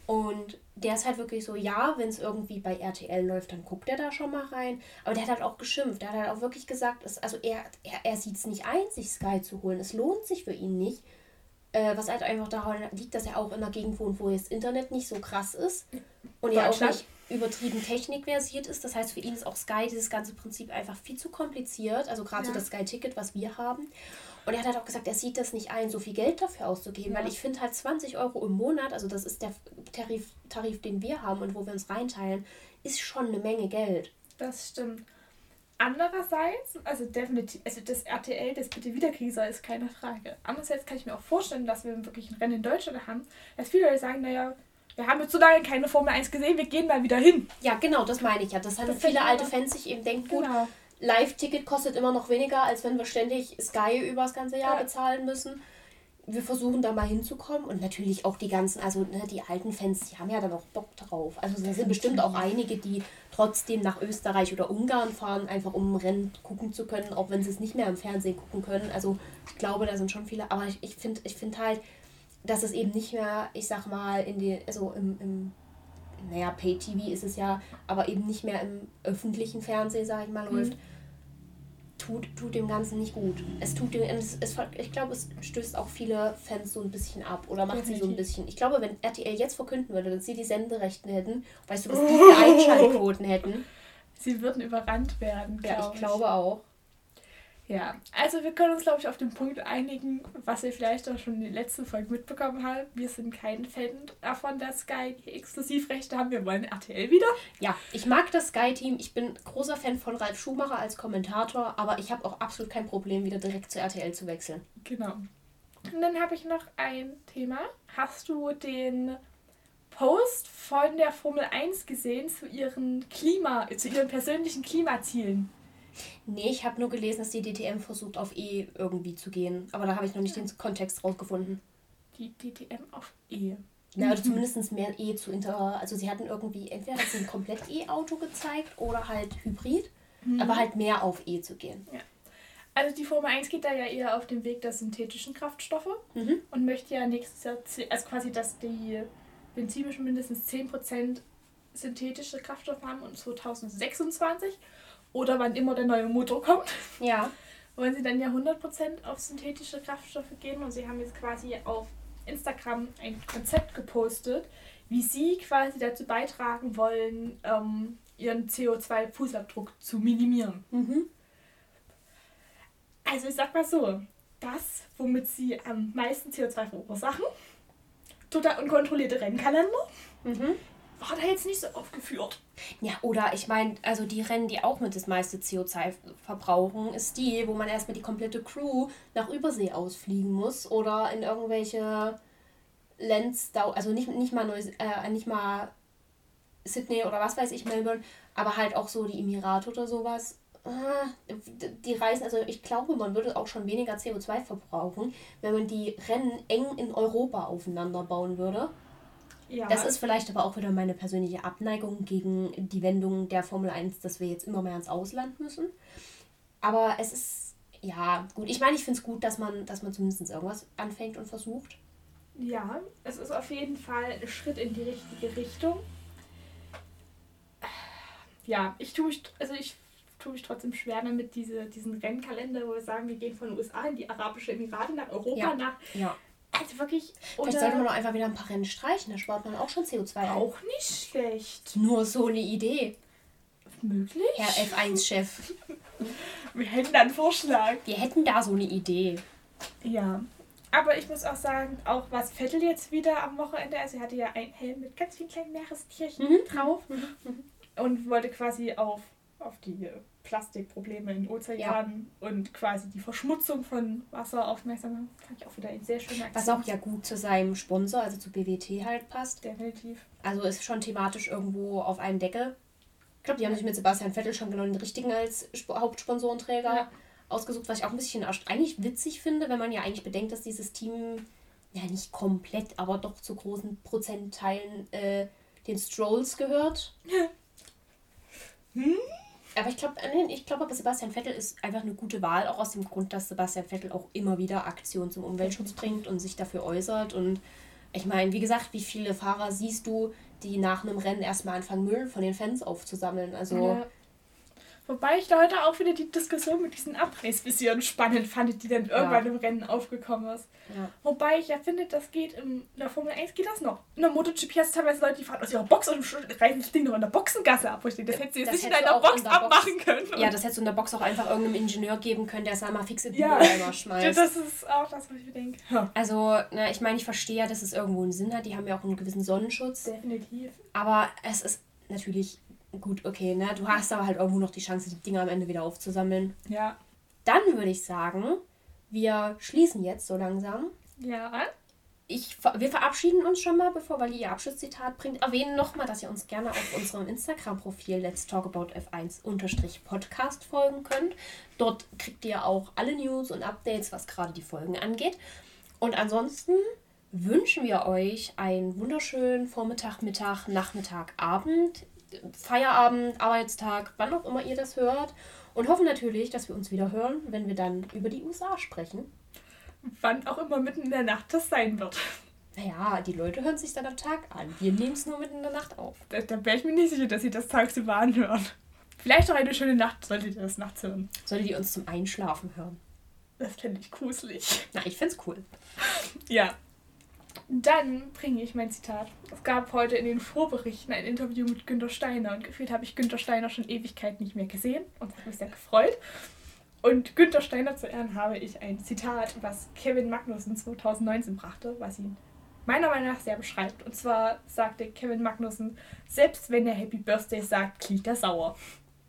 Und der ist halt wirklich so, ja, wenn es irgendwie bei RTL läuft, dann guckt er da schon mal rein. Aber der hat halt auch geschimpft. Der hat halt auch wirklich gesagt, also er sieht es nicht ein, sich Sky zu holen. Es lohnt sich für ihn nicht. Was halt einfach daran liegt, dass er auch in einer Gegend wohnt, wo das Internet nicht so krass ist. Und er auch nicht übertrieben technikversiert ist. Das heißt, für ihn ist auch Sky, dieses ganze Prinzip einfach viel zu kompliziert. Also gerade so das Sky-Ticket, was wir haben. Und er hat halt auch gesagt, er sieht das nicht ein, so viel Geld dafür auszugeben. Weil ich finde halt 20 Euro im Monat, also das ist der Tarif, den wir haben und wo wir uns reinteilen, ist schon eine Menge Geld. Das stimmt. Andererseits, also definitiv, also das RTL, das bitte wiederkriegen soll, ist keine Frage. Andererseits kann ich mir auch vorstellen, dass wir wirklich ein Rennen in Deutschland haben, dass viele Leute sagen, naja, wir haben jetzt so lange keine Formel 1 gesehen, wir gehen mal wieder hin. Ja, genau, das meine ich ja. Das haben viele alte Fans sich eben denken, gut, Live-Ticket kostet immer noch weniger, als wenn wir ständig Sky über das ganze Jahr bezahlen müssen. Wir versuchen da mal hinzukommen und natürlich auch die ganzen, also die alten Fans, die haben ja dann auch Bock drauf. Also da sind bestimmt auch einige, die trotzdem nach Österreich oder Ungarn fahren, einfach um ein Rennen gucken zu können, auch wenn sie es nicht mehr im Fernsehen gucken können. Also ich glaube, da sind schon viele, aber ich finde halt, dass es eben nicht mehr, ich sag mal, naja, Pay-TV ist es ja, aber eben nicht mehr im öffentlichen Fernsehen, sag ich mal, läuft. Tut dem Ganzen nicht gut. Ich glaube, es stößt auch viele Fans so ein bisschen ab oder macht sie so ein bisschen. Ich glaube, wenn RTL jetzt verkünden würde, dass sie die Senderechte hätten, weißt du, was die für Einschaltquoten hätten? Sie würden überrannt werden, Ja, ich glaube auch. Ja, also wir können uns, glaube ich, auf den Punkt einigen, was wir vielleicht auch schon in den letzten Folgen mitbekommen haben. Wir sind kein Fan davon, dass Sky die Exklusivrechte haben. Wir wollen RTL wieder. Ja, ich mag das Sky-Team. Ich bin großer Fan von Ralf Schumacher als Kommentator, aber ich habe auch absolut kein Problem, wieder direkt zu RTL zu wechseln. Genau. Und dann habe ich noch ein Thema. Hast du den Post von der Formel 1 gesehen zu ihren persönlichen Klimazielen? Nee, ich habe nur gelesen, dass die DTM versucht, auf E irgendwie zu gehen. Aber da habe ich noch nicht den Kontext rausgefunden. Die DTM auf E? Ja, oder zumindest mehr E also sie hatten irgendwie, entweder hat sie ein komplett E-Auto gezeigt oder halt Hybrid, aber halt mehr auf E zu gehen. Ja. Also die Formel 1 geht da ja eher auf den Weg der synthetischen Kraftstoffe und möchte ja nächstes Jahr, also quasi, dass die Benzine schon mindestens 10% synthetische Kraftstoffe haben und 2026 oder wann immer der neue Motor kommt, wollen sie dann ja 100% auf synthetische Kraftstoffe gehen und sie haben jetzt quasi auf Instagram ein Konzept gepostet, wie sie quasi dazu beitragen wollen, ihren CO2-Fußabdruck zu minimieren. Also ich sag mal so, das, womit sie am meisten CO2 verursachen, total unkontrollierte Rennkalender, war da jetzt nicht so aufgeführt. Ja, oder ich meine, also die Rennen, die auch mit das meiste CO2 verbrauchen, ist die, wo man erstmal die komplette Crew nach Übersee ausfliegen muss oder in irgendwelche Lands, also nicht mal Sydney oder was weiß ich, Melbourne, aber halt auch so die Emirate oder sowas. Die Reisen, also ich glaube, man würde auch schon weniger CO2 verbrauchen, wenn man die Rennen eng in Europa aufeinander bauen würde. Ja. Das ist vielleicht aber auch wieder meine persönliche Abneigung gegen die Wendung der Formel 1, dass wir jetzt immer mehr ins Ausland müssen. Aber es ist, ja, gut. Ich meine, ich finde es gut, dass man zumindest irgendwas anfängt und versucht. Ja, es ist auf jeden Fall ein Schritt in die richtige Richtung. Ja, ich tue mich trotzdem schwer damit, diesen Rennkalender, wo wir sagen, wir gehen von den USA in die Arabische Emirate, nach Europa, Ja. Also wirklich. Vielleicht sollte man auch einfach wieder ein paar Rennen streichen, da spart man auch schon CO2 ein. Auch nicht schlecht. Nur so eine Idee. Möglich? Herr F1-Chef. Wir hätten da einen Vorschlag. Wir hätten da so eine Idee. Ja. Aber ich muss auch sagen, auch was Vettel jetzt wieder am Wochenende, also er hatte ja einen Helm mit ganz vielen kleinen Meerestierchen drauf und wollte quasi auf die Plastikprobleme in Ozeanen und quasi die Verschmutzung von Wasser aufmerksam machen. Fand ich auch wieder ein sehr schöner Aktion. Was auch ja gut zu seinem Sponsor, also zu BWT halt passt. Definitiv. Also ist schon thematisch irgendwo auf einem Deckel. Ich glaube, die haben sich mit Sebastian Vettel schon genau den richtigen als Hauptsponsorenträger ausgesucht, was ich auch ein bisschen eigentlich witzig finde, wenn man ja eigentlich bedenkt, dass dieses Team ja nicht komplett, aber doch zu großen Prozentteilen den Strolls gehört. Aber ich glaube, Sebastian Vettel ist einfach eine gute Wahl, auch aus dem Grund, dass Sebastian Vettel auch immer wieder Aktionen zum Umweltschutz bringt und sich dafür äußert und Ich meine, wie gesagt, wie viele Fahrer siehst du, die nach einem Rennen erstmal anfangen, Müll von den Fans aufzusammeln? Also. Ja. Wobei ich da heute auch wieder die Diskussion mit diesen Abreißvisieren spannend fand, die dann irgendwann im Rennen aufgekommen ist. Ja. Wobei ich ja finde, das geht in der Formel 1 geht das noch. In der MotoGP hast du teilweise Leute, die fahren aus ihrer Box und reißen das Ding noch in der Boxengasse ab. Wo ich denke, das hättest du jetzt nicht in einer Box abmachen können. Ja, das hättest du in der Box auch einfach irgendeinem Ingenieur geben können, der es einmal fix in den Mülleimer schmeißt. Das ist auch das, was ich mir denke. Ja. Also, ich meine, ich verstehe ja, dass es irgendwo einen Sinn hat. Die haben ja auch einen gewissen Sonnenschutz. Definitiv. Aber es ist natürlich gut, okay, ne? Du hast aber halt irgendwo noch die Chance, die Dinger am Ende wieder aufzusammeln. Ja. Dann würde ich sagen, wir schließen jetzt so langsam. Ja. Wir verabschieden uns schon mal, bevor Wally ihr Abschlusszitat bringt. Erwähnen nochmal, dass ihr uns gerne auf unserem Instagram-Profil Let's Talk About F1_Podcast folgen könnt. Dort kriegt ihr auch alle News und Updates, was gerade die Folgen angeht. Und ansonsten wünschen wir euch einen wunderschönen Vormittag, Mittag, Nachmittag, Abend, Feierabend, Arbeitstag, wann auch immer ihr das hört. Und hoffen natürlich, dass wir uns wieder hören, wenn wir dann über die USA sprechen. Wann auch immer mitten in der Nacht das sein wird. Naja, die Leute hören sich dann am Tag an. Wir nehmen es nur mitten in der Nacht auf. Da wäre ich mir nicht sicher, dass sie das tagsüber anhören. Vielleicht auch eine schöne Nacht, solltet ihr das nachts hören. Solltet ihr uns zum Einschlafen hören? Das fände ich gruselig. Na, ich find's cool. Ja. Dann bringe ich mein Zitat. Es gab heute in den Vorberichten ein Interview mit Günther Steiner und gefühlt habe ich Günther Steiner schon Ewigkeit nicht mehr gesehen und habe mich sehr gefreut. Und Günther Steiner zu Ehren habe ich ein Zitat, was Kevin Magnussen 2019 brachte, was ihn meiner Meinung nach sehr beschreibt. Und zwar sagte Kevin Magnussen, selbst wenn er Happy Birthday sagt, klingt er sauer.